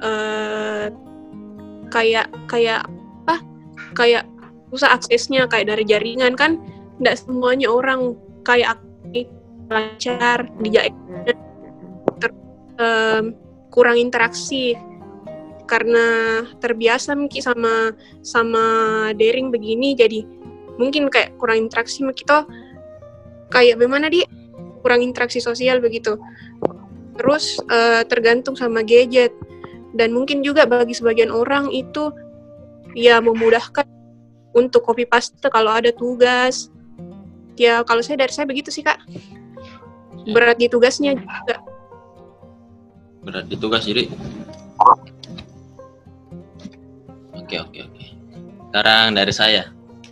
kayak susah aksesnya, kayak dari jaringan kan, tidak semuanya orang kayak lancar di kurang interaksi karena terbiasa sama daring begini, jadi mungkin kayak kurang interaksi kita kayak bagaimana kurang interaksi sosial begitu. Terus tergantung sama gadget. Dan mungkin juga bagi sebagian orang itu ya memudahkan untuk copy paste kalau ada tugas. Ya kalau dari saya begitu sih Kak. Berat di tugasnya juga. Berat di tugas jadi. Oke. Sekarang dari saya.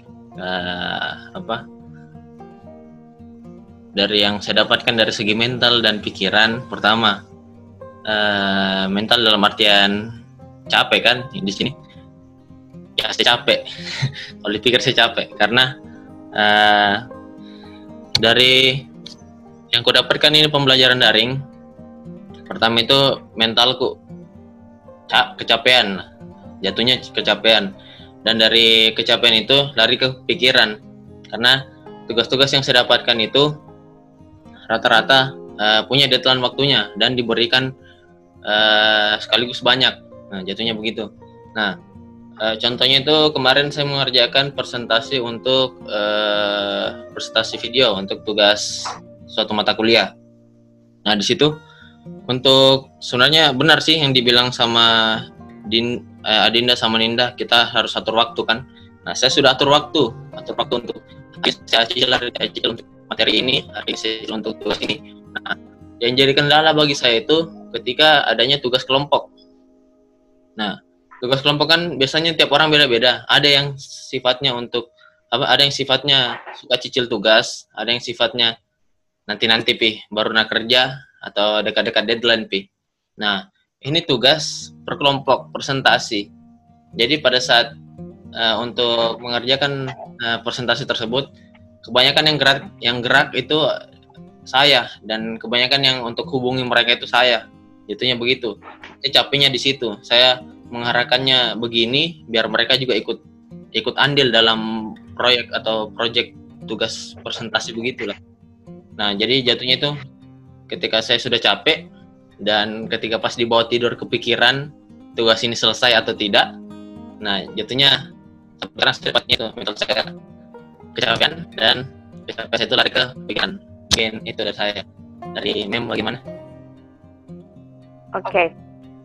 Dari yang saya dapatkan dari segi mental dan pikiran, pertama mental dalam artian capek kan di sini. Ya saya capek. Kalau dipikir saya capek karena dari yang ku dapatkan ini pembelajaran daring. Pertama itu mentalku kecapean, jatuhnya kecapean, dan dari kecapean itu lari ke pikiran karena tugas-tugas yang saya dapatkan itu rata-rata punya deadline waktunya dan diberikan sekaligus banyak. Nah, jatuhnya begitu. Nah, contohnya itu kemarin saya mengerjakan presentasi untuk presentasi video untuk tugas suatu mata kuliah. Nah, di situ untuk sebenarnya benar sih yang dibilang sama Adinda sama Ninda, kita harus atur waktu kan. Nah, saya sudah atur waktu untuk saya acil untuk materi ini, acil untuk tugas ini. Nah, yang jadi kendala bagi saya itu ketika adanya tugas kelompok. Nah, tugas kelompok kan biasanya tiap orang beda-beda. Ada yang sifatnya ada yang sifatnya suka cicil tugas, ada yang sifatnya nanti baru nak kerja atau dekat-dekat deadline Nah, ini tugas per kelompok presentasi. Jadi pada saat untuk mengerjakan presentasi tersebut, kebanyakan yang gerak itu saya, dan kebanyakan yang untuk hubungi mereka itu saya. Jatuhnya begitu. Capeknya di situ. Saya mengarahkannya begini biar mereka juga ikut andil dalam proyek atau project tugas presentasi begitulah. Nah, jadi jatuhnya itu ketika saya sudah capek dan ketika pas dibawa tidur kepikiran tugas ini selesai atau tidak. Nah, jatuhnya secepatnya itu mental saya kecapean dan kecapean saya itu lari ke pikiran. Mungkin itu dari saya. Dari Mem bagaimana? Oke.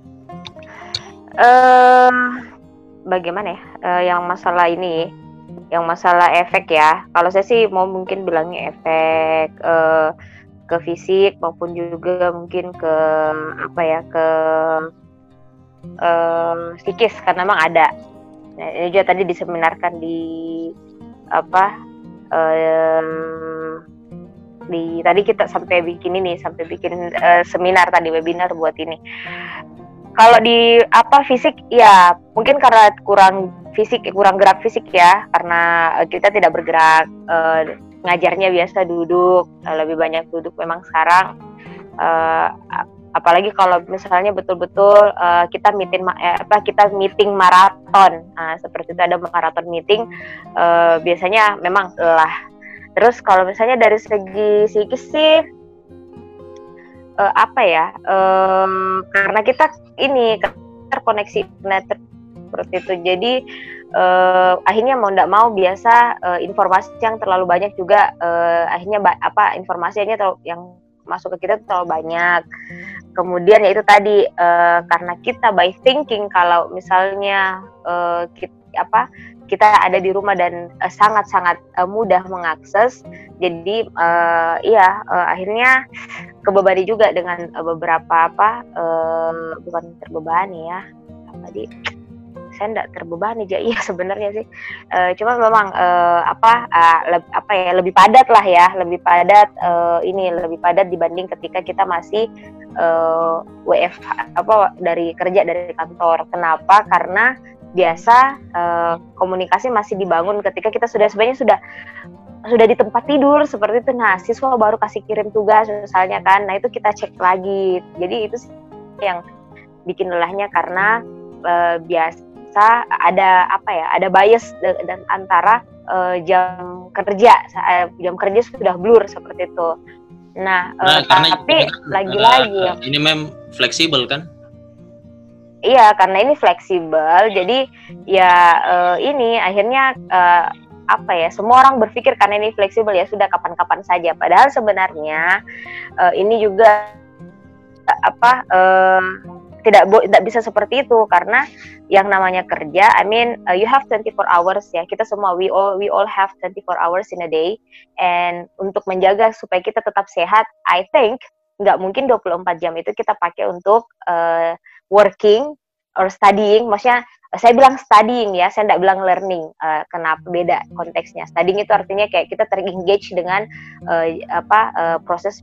Bagaimana ya? Yang masalah ini, yang masalah efek ya. Kalau saya sih mau mungkin bilangnya efek ke fisik maupun juga mungkin ke psikis, karena memang ada. Nah, ini juga tadi diseminarkan tadi kita sampai bikin seminar tadi, webinar buat ini. Kalau di fisik ya mungkin karena kurang gerak fisik ya, karena kita tidak bergerak, ngajarnya biasa duduk, lebih banyak duduk memang sekarang, apalagi kalau misalnya betul-betul kita meeting maraton, seperti itu ada maraton meeting, biasanya memang lelah. Terus kalau misalnya dari segi psikis sih karena kita ini terkoneksi internet seperti itu, jadi akhirnya mau tidak mau biasa informasi yang terlalu banyak juga, akhirnya informasinya yang masuk ke kita terlalu banyak. Kemudian ya itu tadi, karena kita by thinking kalau misalnya kita ada di rumah dan sangat-sangat mudah mengakses, jadi akhirnya kebebani juga dengan beberapa bukan terbebani ya, tadi saya tidak terbebani aja, iya sebenarnya sih, cuma memang lebih padat lah ya, lebih padat dibanding ketika kita masih dari kerja dari kantor. Kenapa? Karena biasa komunikasi masih dibangun ketika kita sudah di tempat tidur seperti itu. Nah, siswa baru kasih kirim tugas misalnya kan, nah itu kita cek lagi. Jadi itu yang bikin lelahnya, karena biasa ada bias dan antara jam kerja sudah blur seperti itu. Nah tapi lagi-lagi ini memang fleksibel kan? Iya, karena ini fleksibel, jadi ya ini akhirnya apa ya, semua orang berpikir karena ini fleksibel ya sudah kapan-kapan saja. Padahal sebenarnya ini juga tidak bisa seperti itu, karena yang namanya kerja, you have 24 hours ya. Kita semua we all have 24 hours in a day, and untuk menjaga supaya kita tetap sehat, I think nggak mungkin 24 jam itu kita pakai untuk working or studying. Maksudnya saya bilang studying ya, saya nggak bilang learning. Kenapa beda konteksnya? Studying itu artinya kayak kita ter-engage dengan proses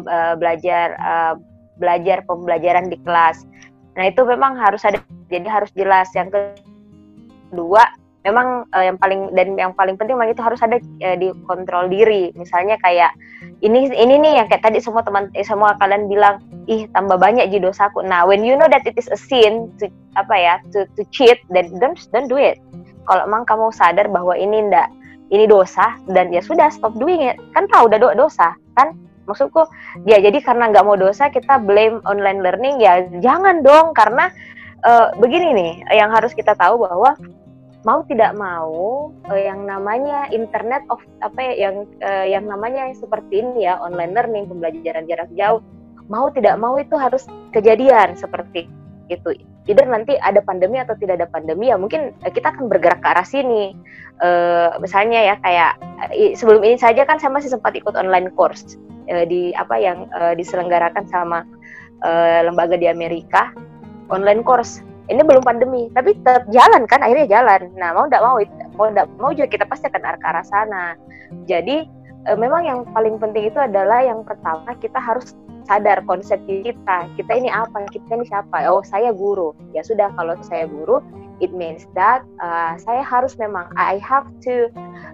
belajar pembelajaran di kelas. Nah itu memang harus ada, jadi harus jelas. Yang kedua, memang yang paling penting memang itu harus ada dikontrol diri. Misalnya kayak ini nih yang kayak tadi semua kalian bilang, ih tambah banyak dosaku. Nah, when you know that it is a sin to cheat, then don't do it. Kalau emang kamu sadar bahwa ini dosa, dan ya sudah, stop doing it. Kan tahu udah dosa, kan? Maksudku, ya jadi karena nggak mau dosa kita blame online learning, ya jangan dong. Karena begini nih, yang harus kita tahu bahwa mau tidak mau yang namanya internet yang namanya seperti ini ya, online learning, pembelajaran jarak jauh, mau tidak mau itu harus kejadian seperti itu. Either nanti ada pandemi atau tidak ada pandemi, ya mungkin kita akan bergerak ke arah sini. Misalnya ya kayak sebelum ini saja kan saya masih sempat ikut online course yang diselenggarakan sama lembaga di Amerika, online course. Ini belum pandemi, tapi tetap jalan kan, akhirnya jalan. Nah, mau tidak mau juga kita pasti akan ke arah sana. Jadi memang yang paling penting itu adalah yang pertama, kita harus sadar konsep kita ini apa, kita ini siapa. Oh, saya guru. Ya sudah, kalau saya guru, it means that saya harus memang I have to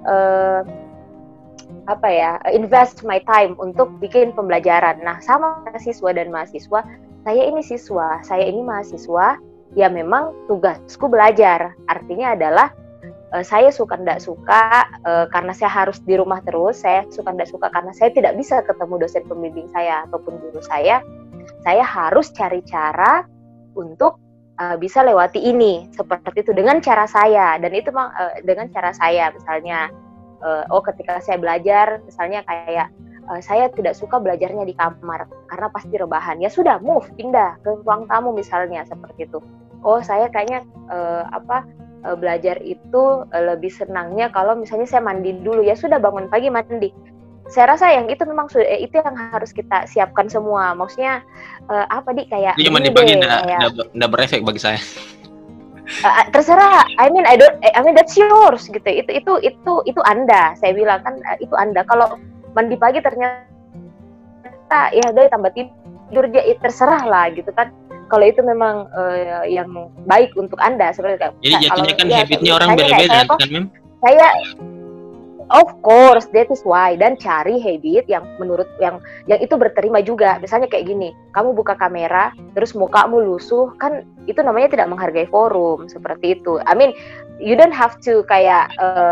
invest my time untuk bikin pembelajaran. Nah, sama siswa dan mahasiswa, saya ini siswa, saya ini mahasiswa. Ya memang tugasku belajar, artinya adalah saya suka tidak suka karena saya harus di rumah terus, saya suka tidak suka karena saya tidak bisa ketemu dosen pembimbing saya ataupun guru saya harus cari cara untuk bisa lewati ini, seperti itu dengan cara saya. Dan itu dengan cara saya, misalnya ketika saya belajar, misalnya kayak saya tidak suka belajarnya di kamar karena pasti rebahan, ya sudah pindah ke ruang tamu misalnya, seperti itu. Saya kayaknya belajar itu lebih senangnya kalau misalnya saya mandi dulu, ya sudah bangun pagi mandi. Saya rasa yang itu memang itu yang harus kita siapkan semua. Maksudnya kayak itu mandi pagi nggak berefek bagi saya. Terserah, that's yours gitu. Itu Anda, saya bilang kan itu Anda. Kalau mandi pagi ternyata ya udah tambah tidur aja, terserah lah gitu kan. Kalau itu memang yang baik untuk Anda, seperti jadi jatuhnya kan habitnya orang beda-beda kan, Mem? Saya of course, that is why, dan cari habit yang menurut yang itu berterima juga. Misalnya kayak gini, kamu buka kamera terus mukamu lusuh, kan itu namanya tidak menghargai forum, seperti itu. You don't have to kayak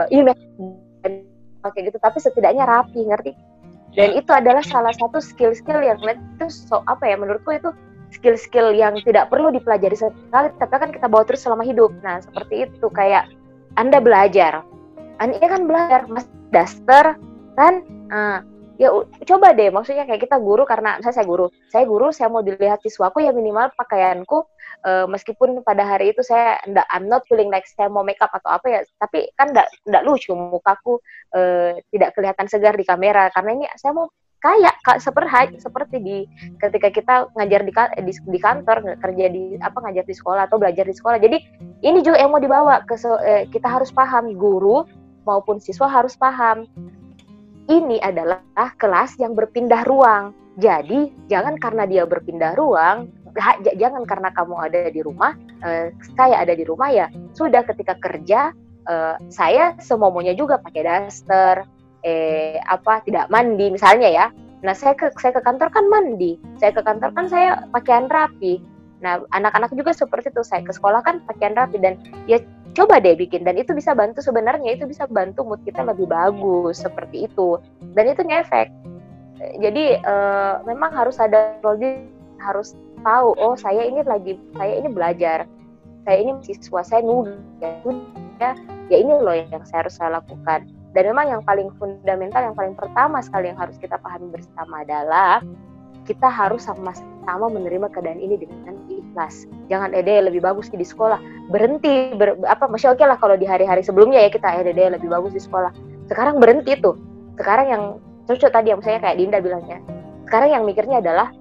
kayak gitu, tapi setidaknya rapi, ngerti? Dan itu adalah salah satu skill-skill yang itu menurutku itu skill-skill yang tidak perlu dipelajari sekali, tapi kan kita bawa terus selama hidup. Nah, seperti itu, kayak Anda belajar. Anda kan belajar, Mas daster, kan? Ya coba deh, maksudnya kayak kita guru, karena saya guru, saya mau dilihat siswaku ya minimal pakaianku, meskipun pada hari itu I'm not feeling like saya mau make up atau apa ya, tapi kan enggak lucu mukaku tidak kelihatan segar di kamera, karena ini saya mau kayak seperti ketika kita ngajar di kantor, kerja ngajar di sekolah atau belajar di sekolah. Jadi ini juga yang mau dibawa kita harus paham, guru maupun siswa harus paham. Ini adalah kelas yang berpindah ruang. Jadi jangan karena dia berpindah ruang, jangan karena kamu ada di rumah, saya ada di rumah, ya sudah ketika kerja saya semuanya juga pakai daster, tidak mandi misalnya ya. Nah, saya ke kantor kan mandi, saya ke kantor kan saya pakaian rapi. Nah, anak-anak juga seperti itu, saya ke sekolah kan pakaian rapi. Dan ya coba deh bikin, dan itu bisa bantu, sebenarnya itu bisa bantu mood kita lebih bagus, seperti itu. Dan itu ngefek. Jadi memang harus ada harus tahu, saya ini belajar, saya ini siswa, saya nugas. ya ini loh yang harus saya lakukan. Dan memang yang paling fundamental, yang paling pertama sekali yang harus kita pahami bersama adalah kita harus sama-sama menerima keadaan ini dengan ikhlas. Jangan lebih bagus di sekolah, berhenti masih oke lah kalau di hari-hari sebelumnya ya kita lebih bagus di sekolah. Sekarang berhenti tuh. Sekarang yang cocok tadi yang misalnya kayak Dinda bilangnya. Sekarang yang mikirnya adalah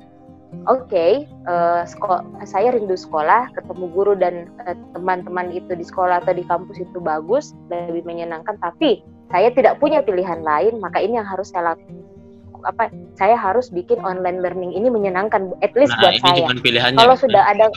saya rindu sekolah, ketemu guru dan teman-teman itu di sekolah atau di kampus itu bagus, lebih menyenangkan, tapi saya tidak punya pilihan lain, maka ini yang harus saya lakukan. Saya harus bikin online learning ini menyenangkan, at least buat saya. Kalau sudah ada,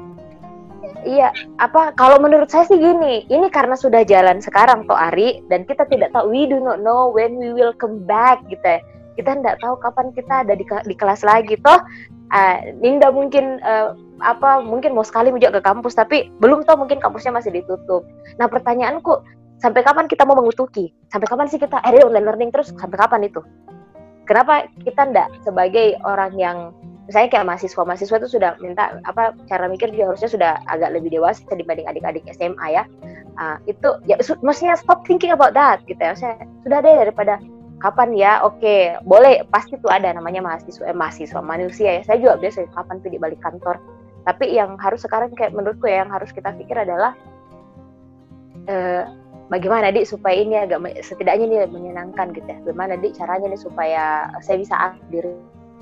kalau menurut saya sih gini, ini karena sudah jalan sekarang toh Ari, dan kita tidak tahu, we do not know when we will come back gitu ya. Kita tidak tahu kapan kita ada di kelas lagi toh. Ninda mungkin mungkin mau sekali juga ke kampus, tapi belum tahu mungkin kampusnya masih ditutup. Nah pertanyaanku, sampai kapan kita mau mengutuki? Sampai kapan sih kita online learning terus? Sampai kapan itu? Kenapa kita enggak sebagai orang yang misalnya kayak mahasiswa itu sudah minta cara mikir juga harusnya sudah agak lebih dewasa dibanding adik-adik SMA ya. Itu ya maksudnya stop thinking about that gitu ya. Maksudnya sudah deh, daripada kapan ya, boleh, pasti tuh ada namanya mahasiswa manusia ya. Saya juga biasa kapan tuh di balik kantor. Tapi yang harus sekarang kayak menurutku yang harus kita pikir adalah bagaimana supaya ini setidaknya ini menyenangkan gitu ya. Bagaimana caranya supaya saya bisa diri.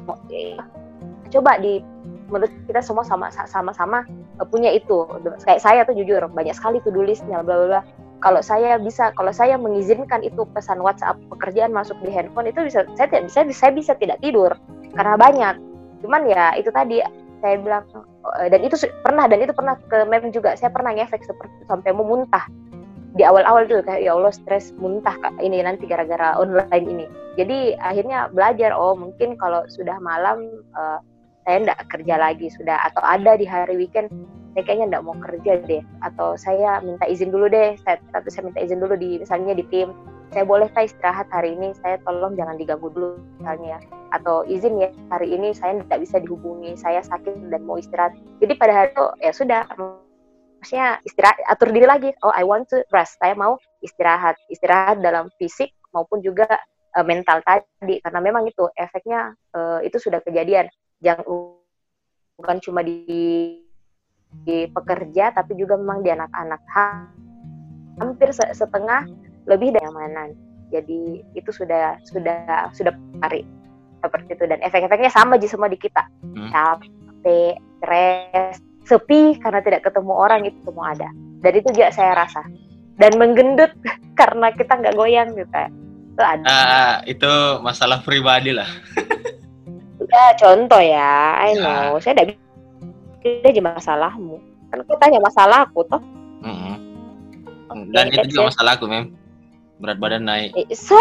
Coba menurut kita semua sama-sama punya itu. Kayak saya tuh jujur banyak sekali to do listnya bla bla bla. Kalau saya mengizinkan itu pesan WhatsApp pekerjaan masuk di handphone itu saya bisa tidak tidur karena banyak. Cuman ya itu tadi saya bilang dan itu pernah ke meme juga, saya pernah ngefek seperti sampai mau muntah di awal-awal tuh kayak ya Allah stres muntah ini nanti gara-gara online ini. Jadi akhirnya belajar mungkin kalau sudah malam saya enggak kerja lagi sudah, atau ada di hari weekend saya kayaknya enggak mau kerja deh, atau saya minta izin dulu deh, saya minta izin dulu misalnya di tim, saya boleh istirahat hari ini, saya tolong jangan diganggu dulu misalnya, atau izin ya hari ini saya tidak bisa dihubungi, saya sakit dan mau istirahat. Jadi pada hari itu ya sudah, maksudnya istirahat, atur diri lagi, I want to rest, saya mau istirahat dalam fisik maupun juga mental tadi, karena memang itu efeknya itu sudah kejadian, bukan cuma di pekerja tapi juga memang di anak-anak, hampir setengah lebih dari kenyamanan. Jadi itu sudah hari seperti itu, dan efek-efeknya sama semua di kita, capek, stres, sepi karena tidak ketemu orang, itu semua ada. Dan itu juga saya rasa, dan menggendut karena kita nggak goyang gitu itu ada. Itu masalah pribadi lah. Ya contoh ya, I know, saya tidak bisa aja masalahmu, kan aku tanya masalahku toh. Dan itu juga masalahku berat badan naik. So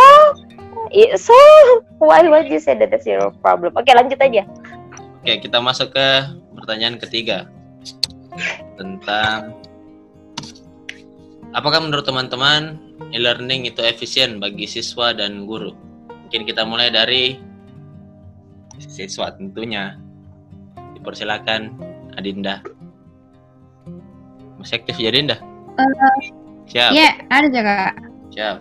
why would you say that that's your problem? Oke, lanjut aja. Oke, kita masuk ke pertanyaan ketiga tentang apakah menurut teman-teman e-learning itu efisien bagi siswa dan guru? Mungkin kita mulai dari siswa tentunya. Dipersilakan Adinda. Masih aktif ya Dinda? Siap. Iya, ada juga. Siap.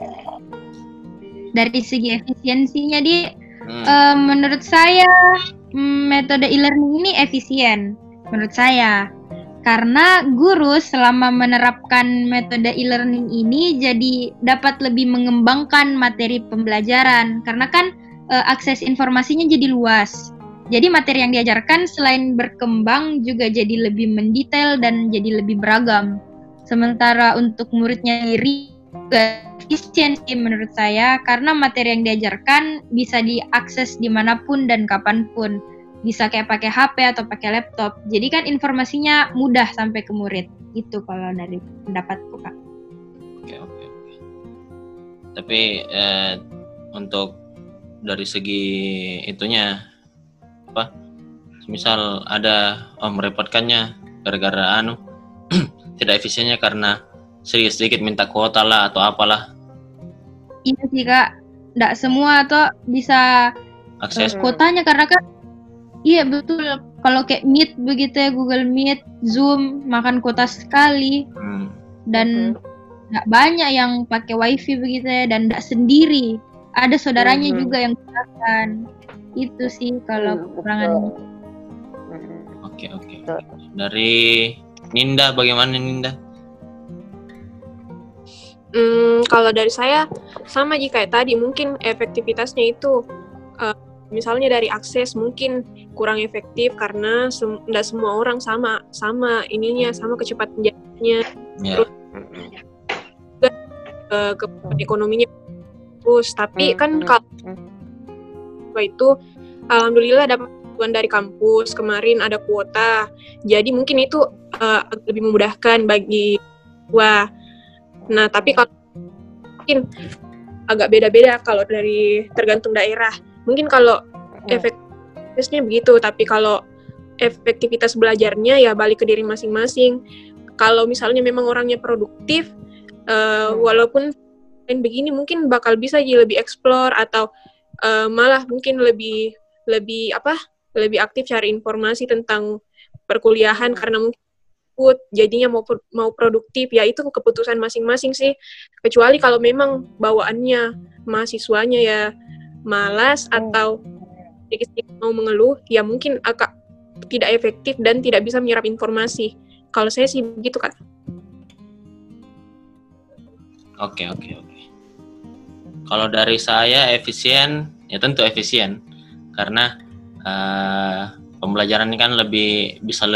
Dari segi efisiensinya menurut saya metode e-learning ini efisien menurut saya. Karena guru selama menerapkan metode e-learning ini jadi dapat lebih mengembangkan materi pembelajaran, karena kan akses informasinya jadi luas. Jadi materi yang diajarkan selain berkembang juga jadi lebih mendetail dan jadi lebih beragam. Sementara untuk muridnya sendiri juga efisien sih menurut saya, karena materi yang diajarkan bisa diakses dimanapun dan kapanpun. Bisa kayak pakai HP atau pakai laptop. Jadi kan informasinya mudah sampai ke murid. Itu kalau dari pendapatku, Kak. Oke. Tapi untuk dari segi itunya misal ada merepotkannya gara-gara tidak efisiennya karena sedikit minta kuota lah atau apalah. Iya sih Kak, nggak semua tuh bisa akses kuotanya, karena kan iya betul, kalau kayak Meet begitu ya, Google Meet, Zoom makan kuota sekali. Dan nggak banyak yang pakai wifi begitu ya, dan nggak sendiri. Ada saudaranya juga yang gunakan. Itu sih kalau kekurangannya. Oke. Dari Ninda, bagaimana Ninda? Kalau dari saya sama aja kayak tadi, mungkin efektivitasnya itu misalnya dari akses mungkin kurang efektif karena tidak semua orang sama kecepatan jalannya. Ya. Terus ke ekonominya terus, tapi kan kalau itu alhamdulillah dapat bantuan dari kampus kemarin, ada kuota, jadi mungkin itu lebih memudahkan bagi gua. Nah, tapi kalau mungkin agak beda-beda kalau dari tergantung daerah. Mungkin kalau efektivitasnya begitu, tapi kalau efektivitas belajarnya ya balik ke diri masing-masing. Kalau misalnya memang orangnya produktif, walaupun begini mungkin bakal bisa jadi lebih explore atau malah mungkin lebih aktif cari informasi tentang perkuliahan karena mungkin jadinya mau produktif, ya itu keputusan masing-masing sih. Kecuali kalau memang bawaannya mahasiswanya ya malas atau sedikit mau mengeluh, ya mungkin agak tidak efektif dan tidak bisa menyerap informasi. Kalau saya sih begitu, Kak. Oke. Kalau dari saya efisien, ya tentu efisien karena pembelajaran ini kan bisa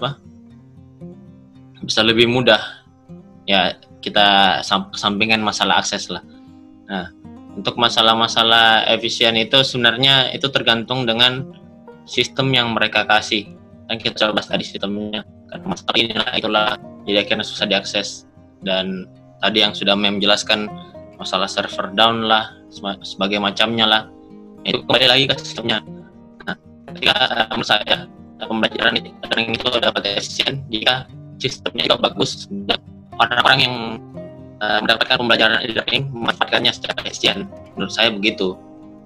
lebih mudah. Ya, kita kesampingkan masalah akses lah. Nah, untuk masalah-masalah efisien itu sebenarnya itu tergantung dengan sistem yang mereka kasih. Kan kita coba tadi sistemnya, kan masalah inilah itulah, jadi akhirnya susah diakses. Dan tadi yang sudah menjelaskan masalah server down lah, sebagai macamnya lah, itu kembali lagi ke sistemnya. Nah, ketika menurut saya pembelajaran itu dapat efisien jika sistemnya juga bagus dan orang-orang yang mendapatkan pembelajaran e-learning memanfaatkannya secara efisien. Menurut saya begitu.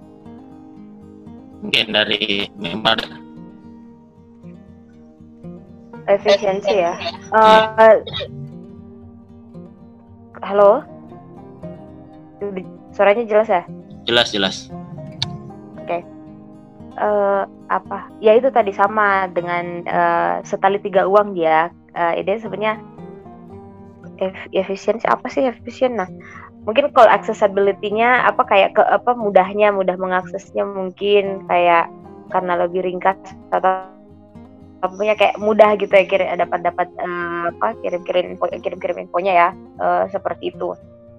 Mungkin dari member efisiensi ya. Halo, suaranya jelas ya? Jelas. Oke. Ya itu tadi sama dengan setali tiga uang dia. Ide sebenarnya efisiensi apa sih efisien? Nah, mungkin kalau accessibility-nya mudah mengaksesnya, mungkin kayak karena lebih ringkas atau punya kayak mudah gitu ya, dapat kirim infonya ya, seperti itu.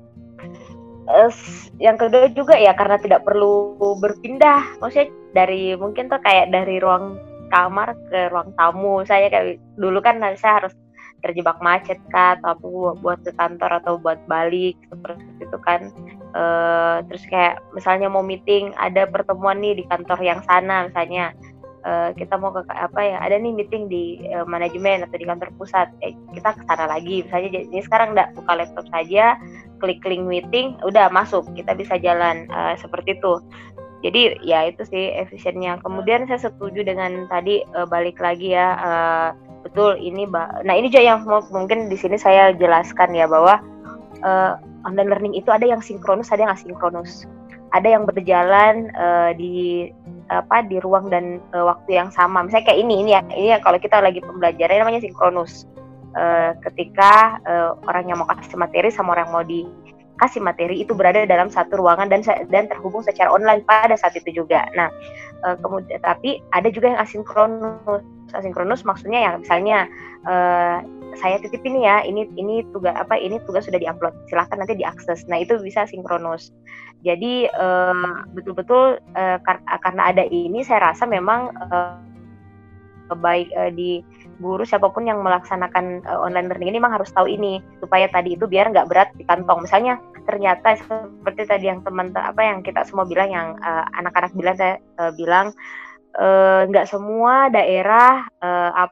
Yang kedua juga ya karena tidak perlu berpindah, maksudnya mungkin tuh kayak dari ruang kamar ke ruang tamu. Saya kayak dulu kan saya harus terjebak macet kah atau apa buat ke kantor atau buat balik seperti itu kan. Terus kayak misalnya mau meeting, ada pertemuan nih di kantor yang sana misalnya, kita mau ke ada nih meeting di manajemen atau di kantor pusat, kita ke sana lagi misalnya. Jadi sekarang enggak, buka laptop saja, klik link meeting, udah masuk, kita bisa jalan, seperti itu. Jadi ya itu sih efisiennya. Kemudian saya setuju dengan tadi, balik lagi ya, betul ini nah ini juga yang mungkin di sini saya jelaskan ya, bahwa online learning itu ada yang sinkronus, ada yang asinkronus. Ada yang berjalan di ruang dan waktu yang sama. Misalnya kayak ini ya kalau kita lagi pembelajaran namanya sinkronus. Ketika orang yang mau kasih materi sama orang yang mau dikasih materi itu berada dalam satu ruangan dan terhubung secara online pada saat itu juga. Nah, kemudian tapi ada juga yang asinkronus. Asinkronus maksudnya yang misalnya saya titip ini ya, ini tugas sudah diupload, silahkan nanti diakses. Nah itu bisa sinkronus. Jadi betul-betul karena ada ini, saya rasa memang baik di guru siapapun yang melaksanakan online learning ini memang harus tahu ini, supaya tadi itu biar nggak berat di kantong. Misalnya ternyata seperti tadi yang yang kita semua bilang, yang anak-anak bilang, saya bilang nggak semua daerah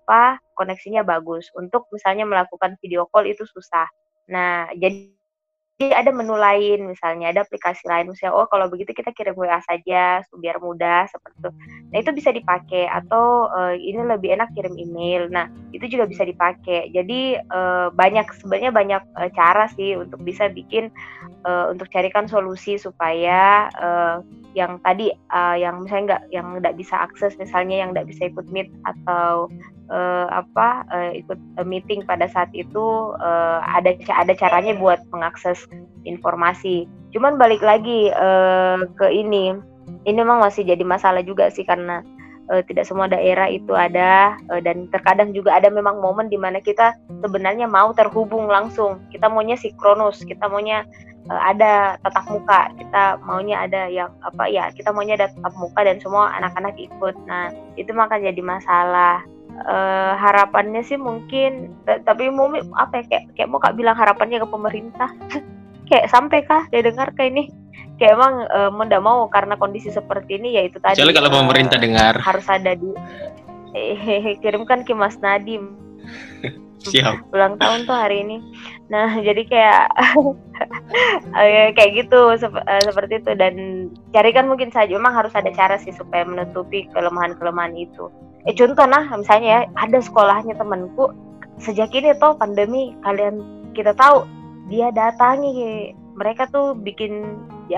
koneksinya bagus untuk misalnya melakukan video call, itu susah. Nah jadi ada menu lain, misalnya ada aplikasi lain, misalnya kalau begitu kita kirim WA saja biar mudah seperti itu. Nah itu bisa dipakai, atau ini lebih enak kirim email. Nah itu juga bisa dipakai. Jadi sebenarnya banyak cara sih untuk bisa bikin untuk carikan solusi supaya yang tadi yang misalnya nggak bisa akses, misalnya yang nggak bisa ikut meet atau ikut meeting pada saat itu, ada caranya buat mengakses informasi. Cuman balik lagi ke ini memang masih jadi masalah juga sih, karena tidak semua daerah itu ada, dan terkadang juga ada memang momen di mana kita sebenarnya mau terhubung langsung, kita maunya sinkronus, kita maunya ada tatap muka, kita maunya ada kita maunya ada tatap muka dan semua anak-anak ikut. Nah itu maka jadi masalah. Harapannya sih mungkin, tapi mau kayak mau Kak bilang harapannya ke pemerintah kayak sampai kah dia dengar kayak ini, kayak emang mau nggak mau karena kondisi seperti ini, ya itu tadi. Kecuali kalau pemerintah dengar, harus ada di kirimkan ke Mas Nadiem. Siap. Ulang tahun tuh hari ini. Nah jadi kayak kayak gitu seperti itu, dan carikan mungkin saja, memang harus ada cara sih supaya menutupi kelemahan-kelemahan itu. Contoh misalnya ya, ada sekolahnya temanku sejak ini toh pandemi, kita tahu dia datangi mereka tuh bikin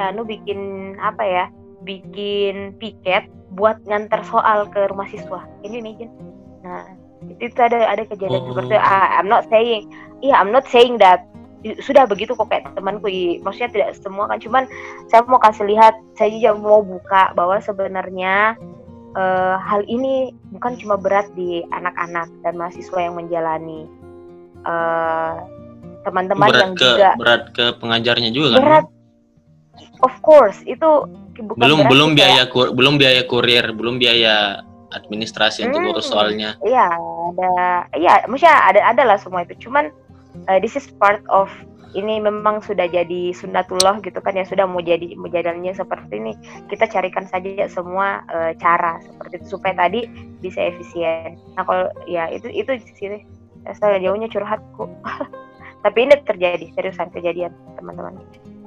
piket buat ngantar soal ke rumah siswa. Ini imagine. Nah itu ada kejadian seperti itu. I'm not saying that sudah begitu kok kayak temanku, maksudnya tidak semua kan, cuman saya mau kasih lihat, saya juga mau buka bahwa sebenarnya hal ini bukan cuma berat di anak-anak dan mahasiswa yang menjalani, teman-teman yang juga berat ke pengajarnya juga kan? Berat, of course, itu bukan belum biaya kurir, belum biaya administrasi untuk urus soalnya. Iya, maksudnya ada lah semua itu. Cuman this is part of ini, memang sudah jadi sunnatullah gitu kan, ya sudah mau jadinya seperti ini, kita carikan saja semua cara seperti itu supaya tadi bisa efisien. Nah kalau ya itu sih saya jauhnya curhatku tapi ini terjadi, seriusan kejadian teman-teman.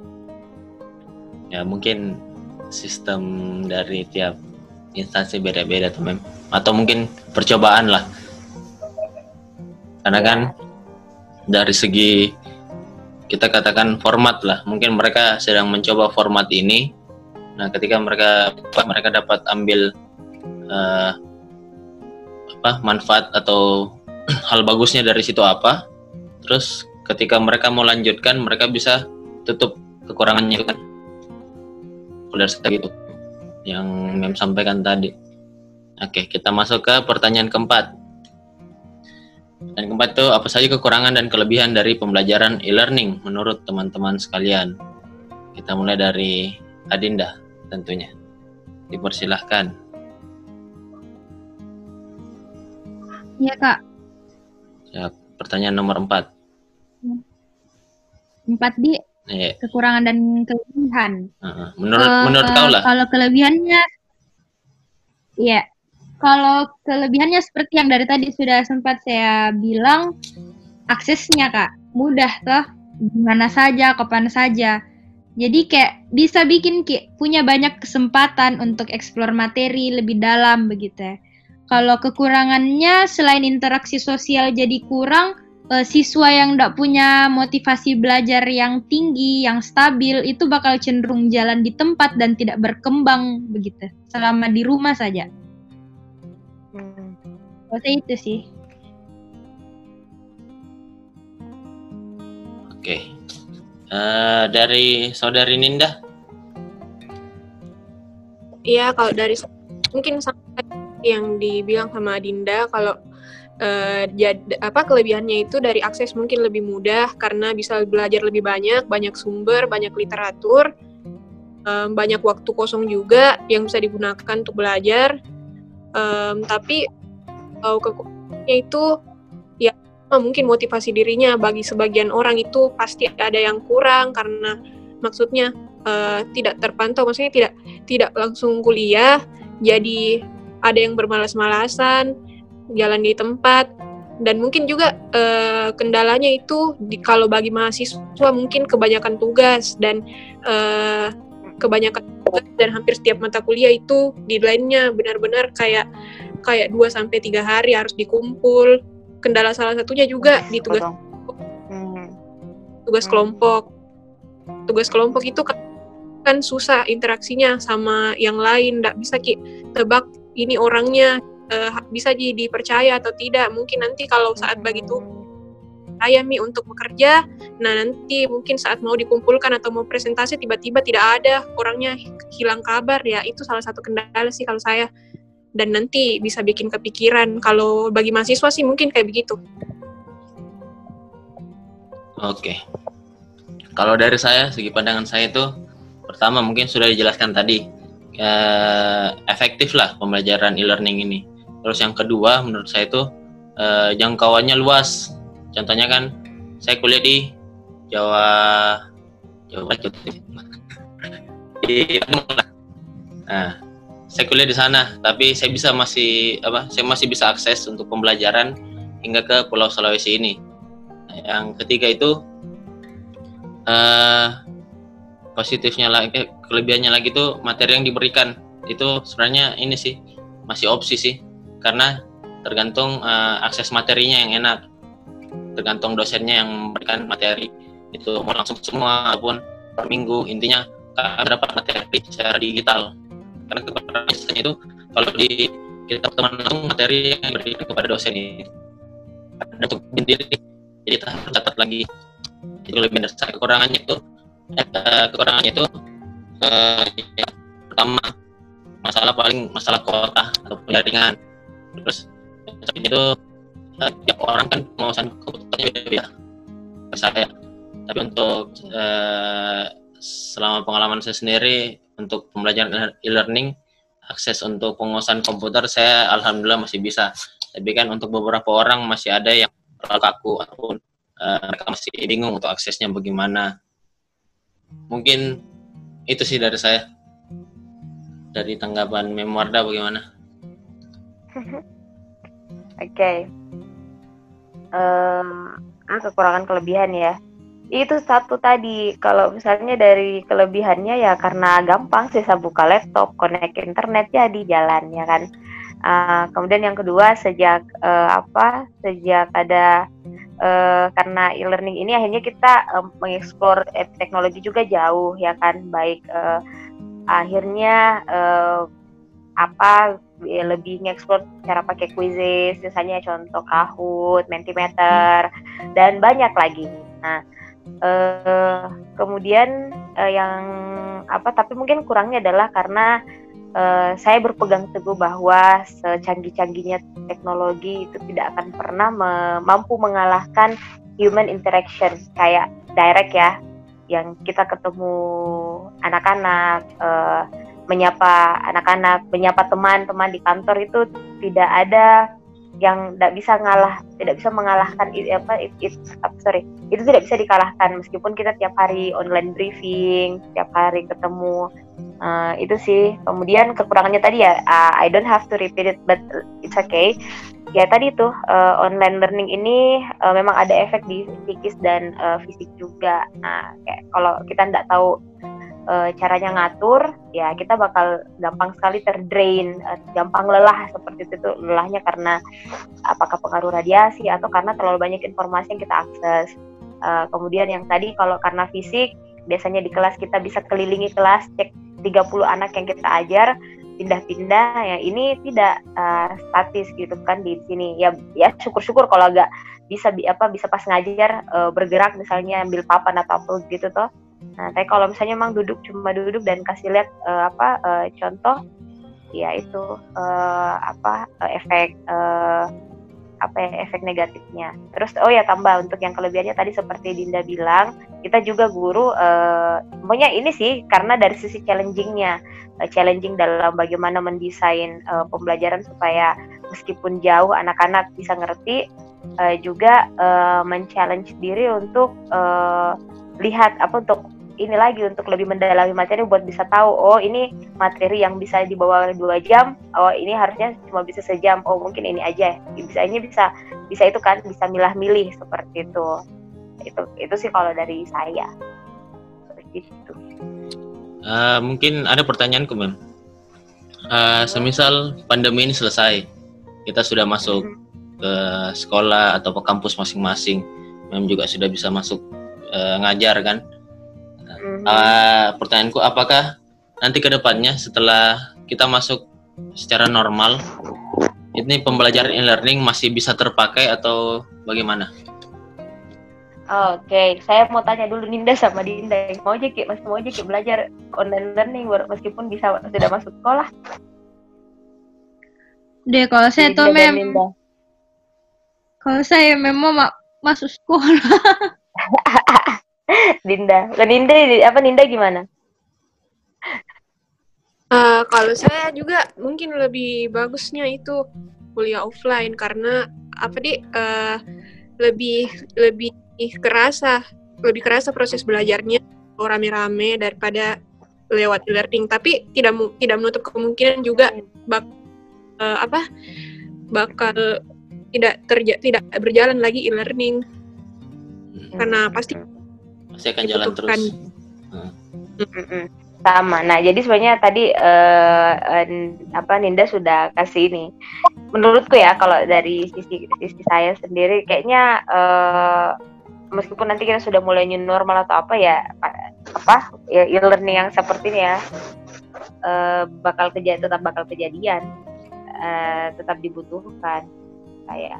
Ya mungkin sistem dari tiap instansi beda-beda teman, atau mungkin percobaan lah, karena kan dari segi kita katakan format lah, mungkin mereka sedang mencoba format ini. Nah ketika mereka dapat ambil manfaat atau hal bagusnya dari situ apa, terus ketika mereka mau lanjutkan mereka bisa tutup kekurangannya kan. Udah gitu yang Mem sampaikan tadi. Oke, kita masuk ke pertanyaan keempat. Dan keempat itu, apa saja kekurangan dan kelebihan dari pembelajaran e-learning menurut teman-teman sekalian? Kita mulai dari Adinda tentunya. Dipersilahkan. Iya Kak. Ya, pertanyaan nomor 4. 4 di kekurangan dan kelebihan. Menurut kau lah. Kalau kelebihannya, ya. Kalau kelebihannya seperti yang dari tadi sudah sempat saya bilang, aksesnya Kak, mudah toh, dimana saja, kapan saja. Jadi kayak bisa bikin punya banyak kesempatan untuk eksplor materi lebih dalam begitu ya. Kalau kekurangannya selain interaksi sosial jadi kurang, siswa yang tidak punya motivasi belajar yang tinggi, yang stabil, itu bakal cenderung jalan di tempat dan tidak berkembang begitu, selama di rumah saja. Itu sih. Oke. Dari saudari Ninda? Iya, kalau dari mungkin yang dibilang sama Dinda, kalau kelebihannya itu dari akses mungkin lebih mudah karena bisa belajar lebih banyak sumber, banyak literatur, banyak waktu kosong juga yang bisa digunakan untuk belajar. Tapi kekurangannya itu ya mungkin motivasi dirinya, bagi sebagian orang itu pasti ada yang kurang karena maksudnya tidak terpantau, maksudnya tidak langsung kuliah, jadi ada yang bermalas-malasan, jalan di tempat, Dan mungkin juga kendalanya itu kalau bagi mahasiswa mungkin kebanyakan tugas dan hampir setiap mata kuliah itu deadline-nya benar-benar kayak 2-3 hari harus dikumpul. Kendala salah satunya juga di tugas kelompok. Tugas kelompok itu kan susah interaksinya sama yang lain, nggak bisa tebak ini orangnya bisa dipercaya atau tidak. Mungkin nanti kalau saat bagi saya untuk bekerja, nah nanti mungkin saat mau dikumpulkan atau mau presentasi tiba-tiba tidak ada orangnya, hilang kabar, ya itu salah satu kendala sih kalau saya. Dan nanti bisa bikin kepikiran. Kalau bagi mahasiswa sih mungkin kayak begitu. Oke. Kalau dari saya, segi pandangan saya itu, pertama mungkin sudah dijelaskan tadi, efektif lah pembelajaran e-learning ini. Terus yang kedua, menurut saya itu jangkauannya luas. Contohnya kan, saya kuliah di Jawa Barat. Nah, saya kuliah di sana, tapi saya masih bisa akses untuk pembelajaran hingga ke Pulau Sulawesi ini. Nah, yang ketiga itu positifnya lagi, kelebihannya lagi itu materi yang diberikan itu sebenarnya ini sih masih opsi sih, karena tergantung akses materinya yang enak, tergantung dosennya yang memberikan materi itu mau langsung semua ataupun per minggu. Intinya dapat materi secara digital, karena kekurangannya itu kalau kita teman langsung materi yang diberikan kepada dosen itu ada untuk sendiri, jadi kita harus catat lagi. Itu lebih besar. Kekurangannya itu ya, pertama masalah kuota atau jaringan. Terus itu tiap orang kan penguasaan kuotanya beda-beda saya. Tapi untuk selama pengalaman saya sendiri untuk pembelajaran e-learning, akses untuk penguasaan komputer saya alhamdulillah masih bisa. Tapi kan untuk beberapa orang masih ada yang terlalu kaku ataupun mereka masih bingung untuk aksesnya bagaimana. Mungkin itu sih dari saya. Dari tanggapan Mem Wardah bagaimana? Oke. Kekurangan kelebihan ya. Itu satu tadi, kalau misalnya dari kelebihannya ya karena gampang sih, saya buka laptop, connect internet jadi jalan ya kan. Kemudian yang kedua, sejak ada karena e-learning ini akhirnya kita mengeksplor teknologi juga jauh ya kan, baik akhirnya lebih ngeksplor cara pakai quizzes, misalnya contoh Kahoot, Mentimeter, dan banyak lagi. Nah, kemudian tapi mungkin kurangnya adalah karena saya berpegang teguh bahwa secanggih-canggihnya teknologi itu tidak akan pernah mampu mengalahkan human interaction, kayak direct ya, yang kita ketemu anak-anak, menyapa anak-anak, menyapa teman-teman di kantor, itu tidak ada yang tidak bisa mengalahkan itu tidak bisa dikalahkan, meskipun kita tiap hari online briefing, tiap hari ketemu. Itu sih. Kemudian kekurangannya tadi ya, I don't have to repeat it but it's okay. Ya tadi tuh online learning ini memang ada efek di psikis dan fisik juga. Nah, kayak kalau kita tidak tahu caranya ngatur, ya kita bakal gampang sekali terdrain, gampang lelah seperti itu. Lelahnya karena apakah pengaruh radiasi atau karena terlalu banyak informasi yang kita akses. Kemudian yang tadi kalau karena fisik, biasanya di kelas kita bisa kelilingi kelas, cek 30 anak yang kita ajar, pindah-pindah, ya ini tidak statis gitu kan di sini. Ya syukur-syukur kalau agak bisa pas ngajar bergerak, misalnya ambil papan atau apa gitu toh. Nah, tapi kalau misalnya memang cuma duduk dan kasih lihat contoh, ya itu efek negatifnya. Terus tambah untuk yang kelebihannya tadi seperti Dinda bilang, kita juga guru pokoknya ini sih karena dari sisi challenging dalam bagaimana mendesain pembelajaran supaya meskipun jauh anak-anak bisa ngerti, juga men-challenge diri untuk lihat untuk ini lagi untuk lebih mendalami materi buat bisa tahu, oh ini materi yang bisa dibawa 2 jam, oh ini harusnya cuma bisa sejam, oh mungkin ini aja. Bisa itu kan, bisa milah-milih seperti itu. Itu sih kalau dari saya. Seperti itu. Mungkin ada pertanyaan ke Mem. Semisal pandemi ini selesai, kita sudah masuk ke sekolah atau ke kampus masing-masing, Mem juga sudah bisa masuk ngajar kan. Pertanyaanku, apakah nanti ke depannya setelah kita masuk secara normal, ini pembelajaran e-learning masih bisa terpakai atau bagaimana? Oke, saya mau tanya dulu Ninda sama Dinda, mau aja Ki belajar online learning meskipun sudah masuk sekolah. Deh kalau saya tuh kalau saya memang masuk sekolah. Dinda gimana? Kalau saya juga mungkin lebih bagusnya itu kuliah offline karena lebih kerasa proses belajarnya rame-rame daripada lewat e-learning. Tapi tidak menutup kemungkinan juga bakal tidak berjalan lagi e-learning karena pasti akan jalan terus. Sama. Nah, jadi sebenarnya tadi Ninda sudah kasih ini. Menurutku ya, kalau dari sisi saya sendiri, kayaknya meskipun nanti kita sudah mulai new normal atau e-learning yang seperti ini ya, tetap bakal kejadian, tetap dibutuhkan. Kayak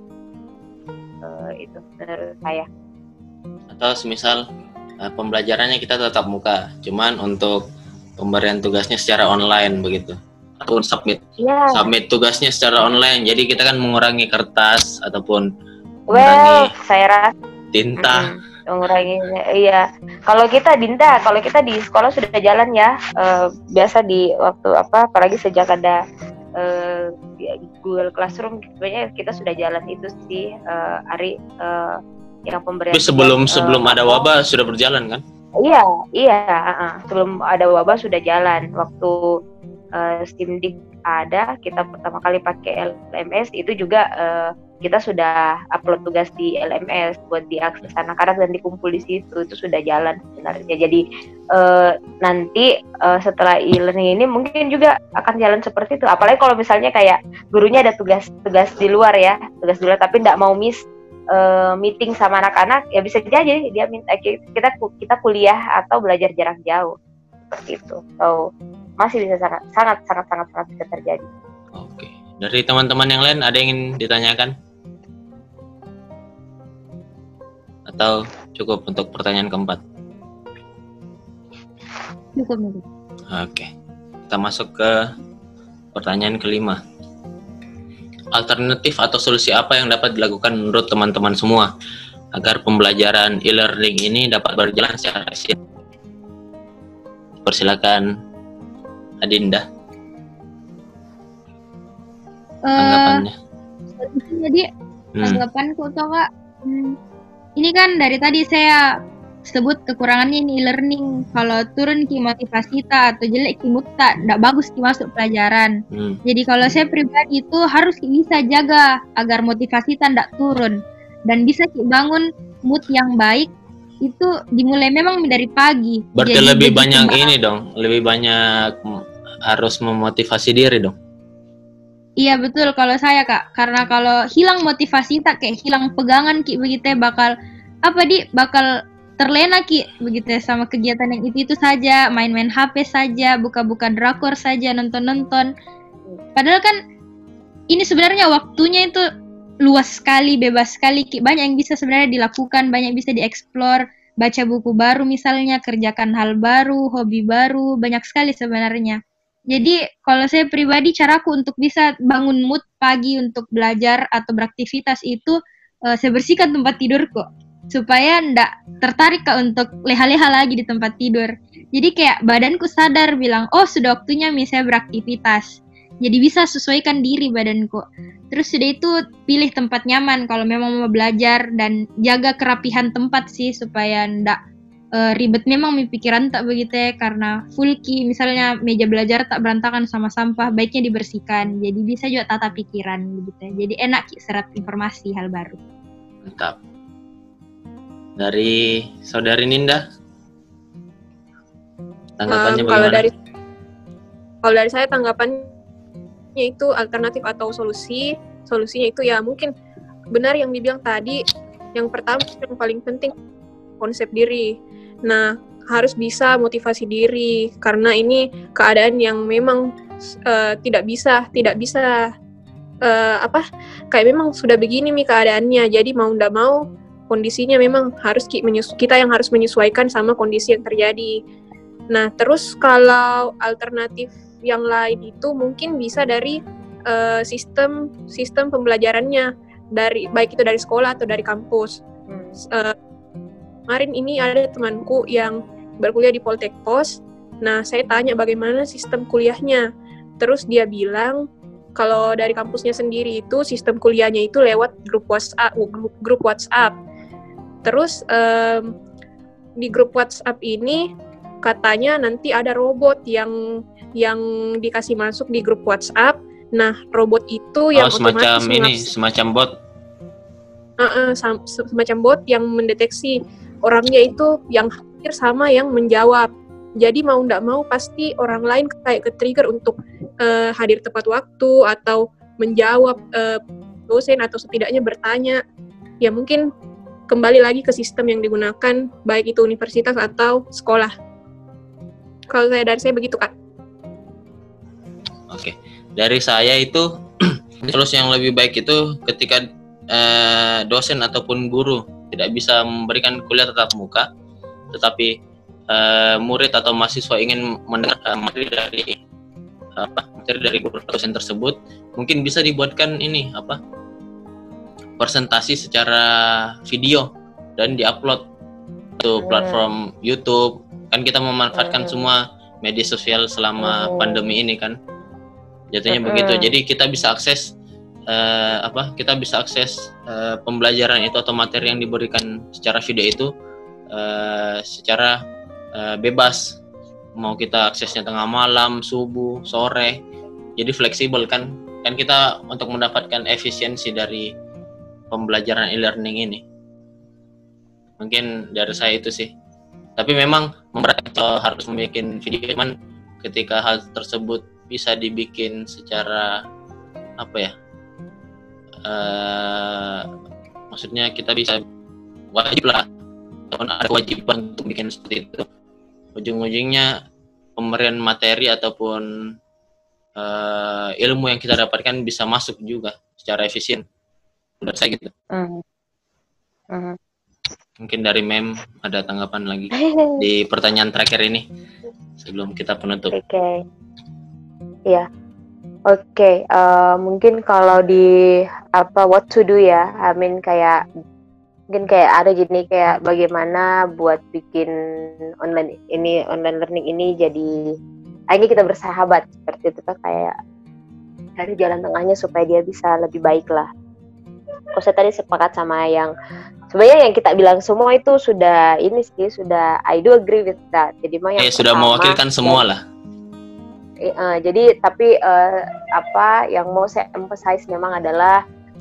itu menurut saya. Atau semisal pembelajarannya kita tetap muka, cuman untuk pemberian tugasnya secara online begitu, ataupun submit tugasnya secara online. Jadi kita kan mengurangi kertas ataupun mengurangi saya rasa tinta. Mengurangi, iya. Kalau kita di sekolah sudah jalan ya, biasa di waktu apalagi sejak ada Google Classroom, sebenarnya kita sudah jalan itu sih, Ari. Yang pemberian. Tapi sebelum ada wabah sudah berjalan kan? Iya. Sebelum ada wabah sudah jalan. Waktu STIMDIK ada, kita pertama kali pakai LMS, itu juga kita sudah upload tugas di LMS buat diakses anak-anak dan dikumpul di situ. Itu sudah jalan sebenarnya. Jadi nanti setelah e-learning ini mungkin juga akan jalan seperti itu. Apalagi kalau misalnya kayak gurunya ada tugas di luar tapi nggak mau miss meeting sama anak-anak, ya bisa aja dia minta kita kuliah atau belajar jarak jauh seperti itu. So masih bisa sangat bisa terjadi. Oke. Dari teman-teman yang lain ada yang ingin ditanyakan? Atau cukup untuk pertanyaan keempat? Cukup. Oke. Kita masuk ke pertanyaan kelima. Alternatif atau solusi apa yang dapat dilakukan menurut teman-teman semua agar pembelajaran e-learning ini dapat berjalan secara efisien? Persilakan Adinda. Tanggapannya. Jadi tanggapanku tuh Kak, ini kan dari tadi saya sebut kekurangannya ini e-learning. Kalau turun ki motivasi atau jelek ki mood tidak bagus ki masuk pelajaran. Jadi kalau saya pribadi itu harus bisa jaga agar motivasi tidak turun dan bisa ki bangun mood yang baik itu dimulai memang dari pagi. Berarti jadi lebih banyak ini dong, lebih banyak harus memotivasi diri dong. Iya betul kalau saya Kak, karena kalau hilang motivasi kayak hilang pegangan ki begitu bakal terlena ki begitu sama kegiatan yang itu saja, main-main HP saja, buka-buka drakor saja, nonton-nonton. Padahal kan ini sebenarnya waktunya itu luas sekali, bebas sekali ki. Banyak yang bisa sebenarnya dilakukan, banyak bisa dieksplor, baca buku baru misalnya, kerjakan hal baru, hobi baru, banyak sekali sebenarnya. Jadi kalau saya pribadi caraku untuk bisa bangun mood pagi untuk belajar atau beraktivitas itu saya bersihkan tempat tidurku supaya ndak tertarik untuk leha-leha lagi di tempat tidur. Jadi kayak badanku sadar bilang, oh sudah waktunya misalnya beraktivitas. Jadi bisa sesuaikan diri badanku. Terus sudah itu pilih tempat nyaman kalau memang mau belajar dan jaga kerapihan tempat sih supaya ndak ribet memang mi pikiran tak begitu ya, karena full key misalnya meja belajar tak berantakan sama sampah, baiknya dibersihkan. Jadi bisa juga tata pikiran begitu ya. Jadi enak ki serap informasi hal baru. Mantap. Dari saudari Ninda, tanggapannya bagaimana? Kalau dari saya tanggapannya itu alternatif atau solusinya itu ya mungkin benar yang dibilang tadi. Yang pertama yang paling penting konsep diri. Nah, harus bisa motivasi diri karena ini keadaan yang memang tidak bisa kayak memang sudah begini nih keadaannya. Jadi mau ndak mau kondisinya memang harus kita yang harus menyesuaikan sama kondisi yang terjadi. Nah, terus kalau alternatif yang lain itu mungkin bisa dari sistem pembelajarannya, baik itu dari sekolah atau dari kampus. Kemarin ini ada temanku yang berkuliah di Poltek Pos. Nah, saya tanya bagaimana sistem kuliahnya. Terus dia bilang kalau dari kampusnya sendiri itu sistem kuliahnya itu lewat grup WhatsApp. Terus di grup WhatsApp ini katanya nanti ada robot yang dikasih masuk di grup WhatsApp. Nah, robot itu yang semacam semacam bot. Semacam bot yang mendeteksi orangnya itu yang hadir sama yang menjawab. Jadi mau ndak mau pasti orang lain kayak ke-trigger untuk hadir tepat waktu atau menjawab dosen atau setidaknya bertanya. Ya mungkin kembali lagi ke sistem yang digunakan baik itu universitas atau sekolah. Kalau dari saya begitu, Kak. Oke. Dari saya itu solusi yang lebih baik itu ketika dosen ataupun guru tidak bisa memberikan kuliah tatap muka, tetapi murid atau mahasiswa ingin mendengar materi dari guru dosen tersebut, mungkin bisa dibuatkan presentasi secara video dan diupload ke platform YouTube. Kan kita memanfaatkan semua media sosial selama pandemi ini kan, jatuhnya begitu. Jadi kita bisa akses pembelajaran itu atau materi yang diberikan secara video itu secara bebas, mau kita aksesnya tengah malam, subuh, sore, jadi fleksibel kan kita untuk mendapatkan efisiensi dari pembelajaran e-learning ini. Mungkin dari saya itu sih, tapi memang memberatkan harus membuat video, cuman ketika hal tersebut bisa dibikin secara maksudnya kita bisa wajib lah, ada kewajiban untuk bikin seperti itu. Ujung-ujungnya pemberian materi ataupun ilmu yang kita dapatkan bisa masuk juga secara efisien. Menurut saya gitu. Mungkin dari Mem ada tanggapan lagi di pertanyaan terakhir ini sebelum kita penutup. Oke. Iya. Oke, mungkin kalau di what to do ya, mungkin kayak ada gini, kayak bagaimana buat bikin online learning ini jadi akhirnya kita bersahabat seperti itu kan, kayak cari jalan tengahnya supaya dia bisa lebih baik lah. Saya tadi sepakat sama yang sebenarnya yang kita bilang semua itu sudah I do agree with that. Jadi yang sudah mewakilkan semua lah. Jadi tapi yang mau saya emphasize memang adalah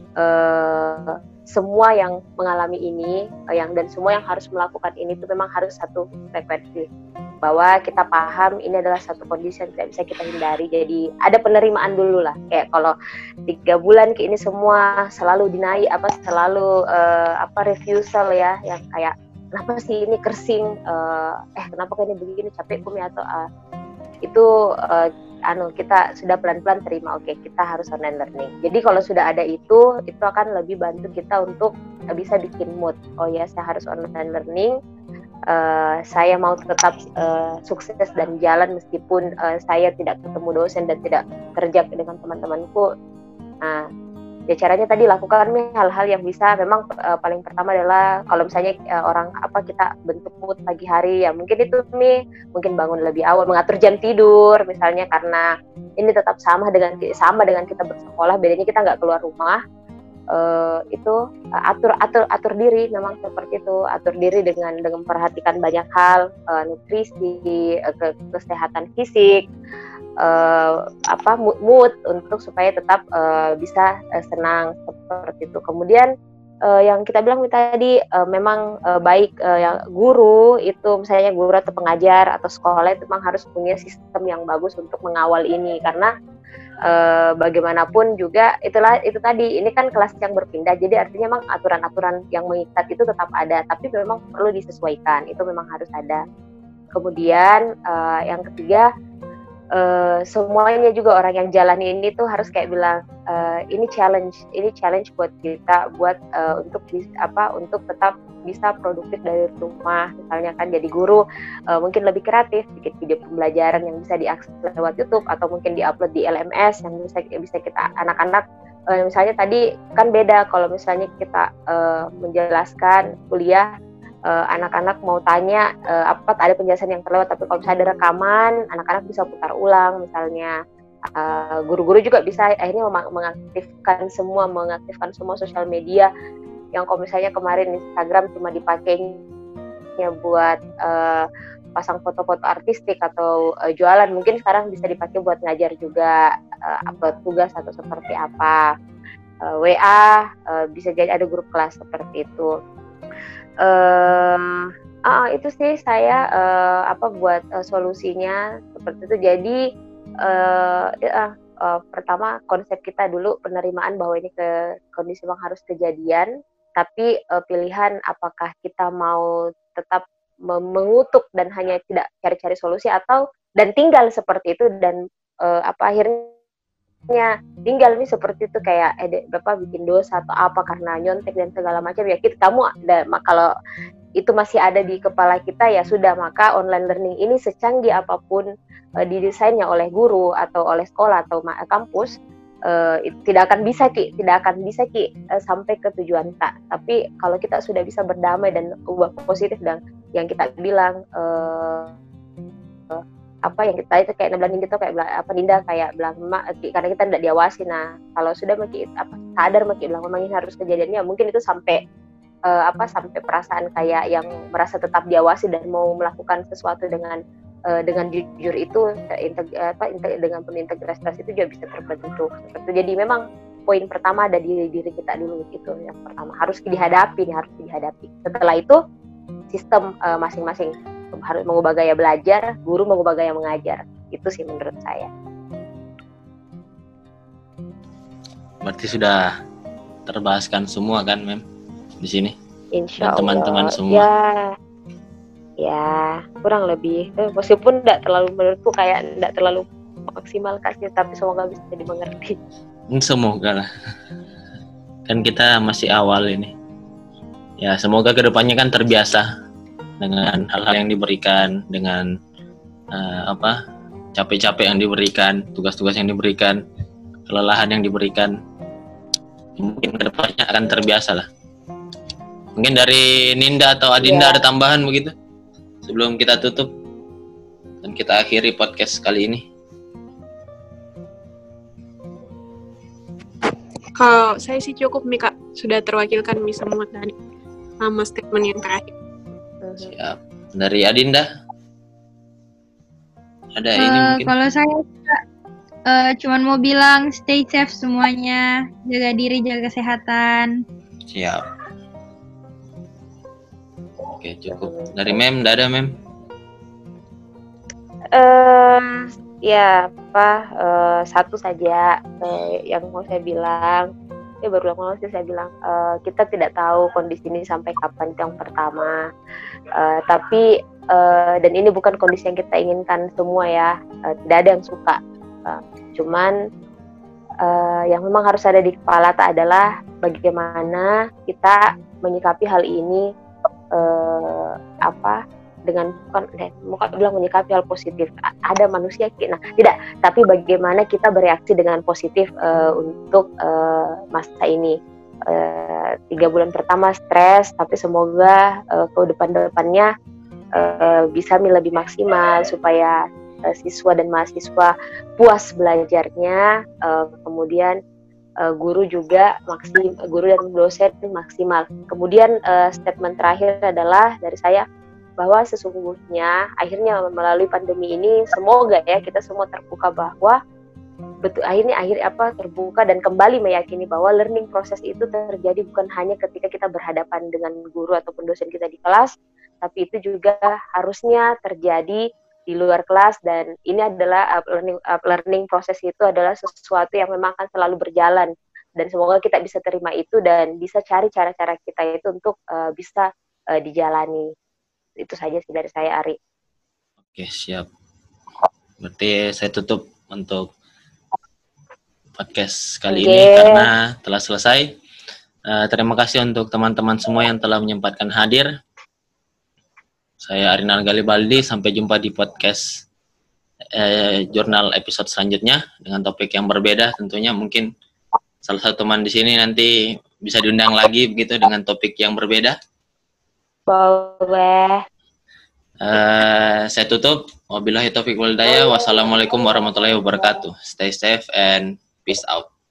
semua yang mengalami ini dan semua yang harus melakukan ini itu memang harus satu frekuensi, bahwa kita paham ini adalah satu kondisi yang tidak bisa kita hindari. Jadi ada penerimaan dulu lah, kayak kalau 3 bulan ke ini semua selalu deny refusal ya, yang kayak kenapa sih ini kersing, kenapa ini begini, capek atau itu kita sudah pelan-pelan terima, oke, kita harus online learning. Jadi kalau sudah ada itu akan lebih bantu kita untuk bisa bikin mood, oh ya saya harus online learning, saya mau tetap sukses dan jalan meskipun saya tidak ketemu dosen dan tidak kerja dengan teman-temanku. Nah, ya caranya tadi lakukan hal-hal yang bisa. Memang paling pertama adalah kalau misalnya kita bentuk mood pagi hari, ya mungkin itu mungkin bangun lebih awal, mengatur jam tidur misalnya, karena ini tetap sama dengan kita bersekolah, bedanya kita nggak keluar rumah. itu atur diri, memang seperti itu, atur diri dengan memperhatikan banyak hal, nutrisi, kesehatan fisik, mood untuk supaya tetap bisa senang seperti itu. Kemudian yang kita bilang tadi memang baik yang guru itu, misalnya guru atau pengajar atau sekolah itu memang harus punya sistem yang bagus untuk mengawal ini, karena bagaimanapun juga itu tadi, ini kan kelas yang berpindah, jadi artinya memang aturan-aturan yang mengikat itu tetap ada, tapi memang perlu disesuaikan, itu memang harus ada. Kemudian yang ketiga, semuanya juga orang yang jalani ini tuh harus kayak bilang ini challenge buat kita, buat untuk tetap bisa produktif dari rumah, misalnya kan jadi guru mungkin lebih kreatif, bikin video pembelajaran yang bisa diakses lewat YouTube atau mungkin diupload di LMS yang bisa kita anak-anak misalnya tadi kan beda kalau misalnya kita menjelaskan kuliah, anak-anak mau tanya ada penjelasan yang terlewat, tapi kalau misalnya ada rekaman, anak-anak bisa putar ulang misalnya. Guru-guru juga bisa akhirnya mengaktifkan semua sosial media yang kalau misalnya kemarin Instagram cuma dipakainya buat pasang foto-foto artistik atau jualan, mungkin sekarang bisa dipakai buat ngajar juga, upload tugas atau seperti apa. WA bisa jadi ada grup kelas seperti itu. Itu sih saya buat solusinya seperti itu. Jadi pertama konsep kita dulu penerimaan bahwa ini kondisi memang harus kejadian, tapi pilihan apakah kita mau tetap mengutuk dan hanya tidak cari-cari solusi dan tinggal seperti itu dan akhirnya tinggal nih seperti itu kayak Bapak bikin dosa atau apa karena nyontek dan segala macam ya, kalau itu masih ada di kepala kita ya sudah, maka online learning ini secanggih apapun didesainnya oleh guru atau oleh sekolah atau kampus, tidak akan bisa sampai ke tujuan Kak. Tapi kalau kita sudah bisa berdamai dan ubah positif, dan yang kita bilang yang kita itu kayak Dinda itu kayak bilang karena kita tidak diawasi. Nah kalau sudah sadar bilang memang ini harus kejadiannya, mungkin itu sampai perasaan kayak yang merasa tetap diawasi dan mau melakukan sesuatu dengan jujur itu dengan penuh integritas itu juga bisa terbentuk. Jadi memang poin pertama ada di diri kita dulu, itu yang pertama harus dihadapi. Setelah itu sistem masing-masing harus mengubah gaya belajar, guru mengubah gaya mengajar. Itu sih menurut saya. Berarti sudah terbahaskan semua kan Mem di sini? Insya Allah. Teman-teman semua. Ya kurang lebih, meskipun menurutku kayak tidak terlalu maksimal kasih, tapi semoga bisa dimengerti. Semoga lah, kan kita masih awal ini ya, semoga kedepannya kan terbiasa dengan hal-hal yang diberikan, dengan capek-capek yang diberikan, tugas-tugas yang diberikan, kelelahan yang diberikan, mungkin kedepannya akan terbiasa lah. Mungkin dari Ninda atau Adinda ada tambahan begitu sebelum kita tutup dan kita akhiri podcast kali ini? Kalau saya sih cukup nih Kak, sudah terwakilkan semua tadi sama statement yang terakhir. Siap. Dari Adinda ada ini mungkin? Kalau saya cuman mau bilang stay safe semuanya, jaga diri, jaga kesehatan. Siap. Oke, cukup. Dari Mem, ada Mem? Satu saja yang mau saya bilang, kita tidak tahu kondisi ini sampai kapan, itu yang pertama. Tapi dan ini bukan kondisi yang kita inginkan semua ya, tidak ada yang suka. Cuman yang memang harus ada di kepala adalah bagaimana kita menyikapi hal ini. Bukan bilang menyikapi hal positif, ada manusia tapi bagaimana kita bereaksi dengan positif untuk masa ini. 3 bulan pertama stres, tapi semoga ke depannya bisa lebih maksimal supaya siswa dan mahasiswa puas belajarnya, kemudian guru juga guru dan dosen maksimal. Kemudian statement terakhir adalah dari saya bahwa sesungguhnya akhirnya melalui pandemi ini semoga ya kita semua terbuka bahwa terbuka dan kembali meyakini bahwa learning proses itu terjadi bukan hanya ketika kita berhadapan dengan guru ataupun dosen kita di kelas, tapi itu juga harusnya terjadi di luar kelas, dan ini adalah learning proses itu adalah sesuatu yang memang akan selalu berjalan, dan semoga kita bisa terima itu dan bisa cari cara-cara kita itu untuk bisa dijalani. Itu saja sih dari saya, Ari. Oke, siap. Berarti saya tutup untuk podcast kali ini karena telah selesai. Terima kasih untuk teman-teman semua yang telah menyempatkan hadir. Saya Arinal Galibaldi, sampai jumpa di podcast jurnal episode selanjutnya dengan topik yang berbeda tentunya. Mungkin salah satu teman di sini nanti bisa diundang lagi begitu dengan topik yang berbeda. Boleh. Saya tutup. Wabillahi taufiq wal hidayah. Wassalamualaikum warahmatullahi wabarakatuh. Stay safe and peace out.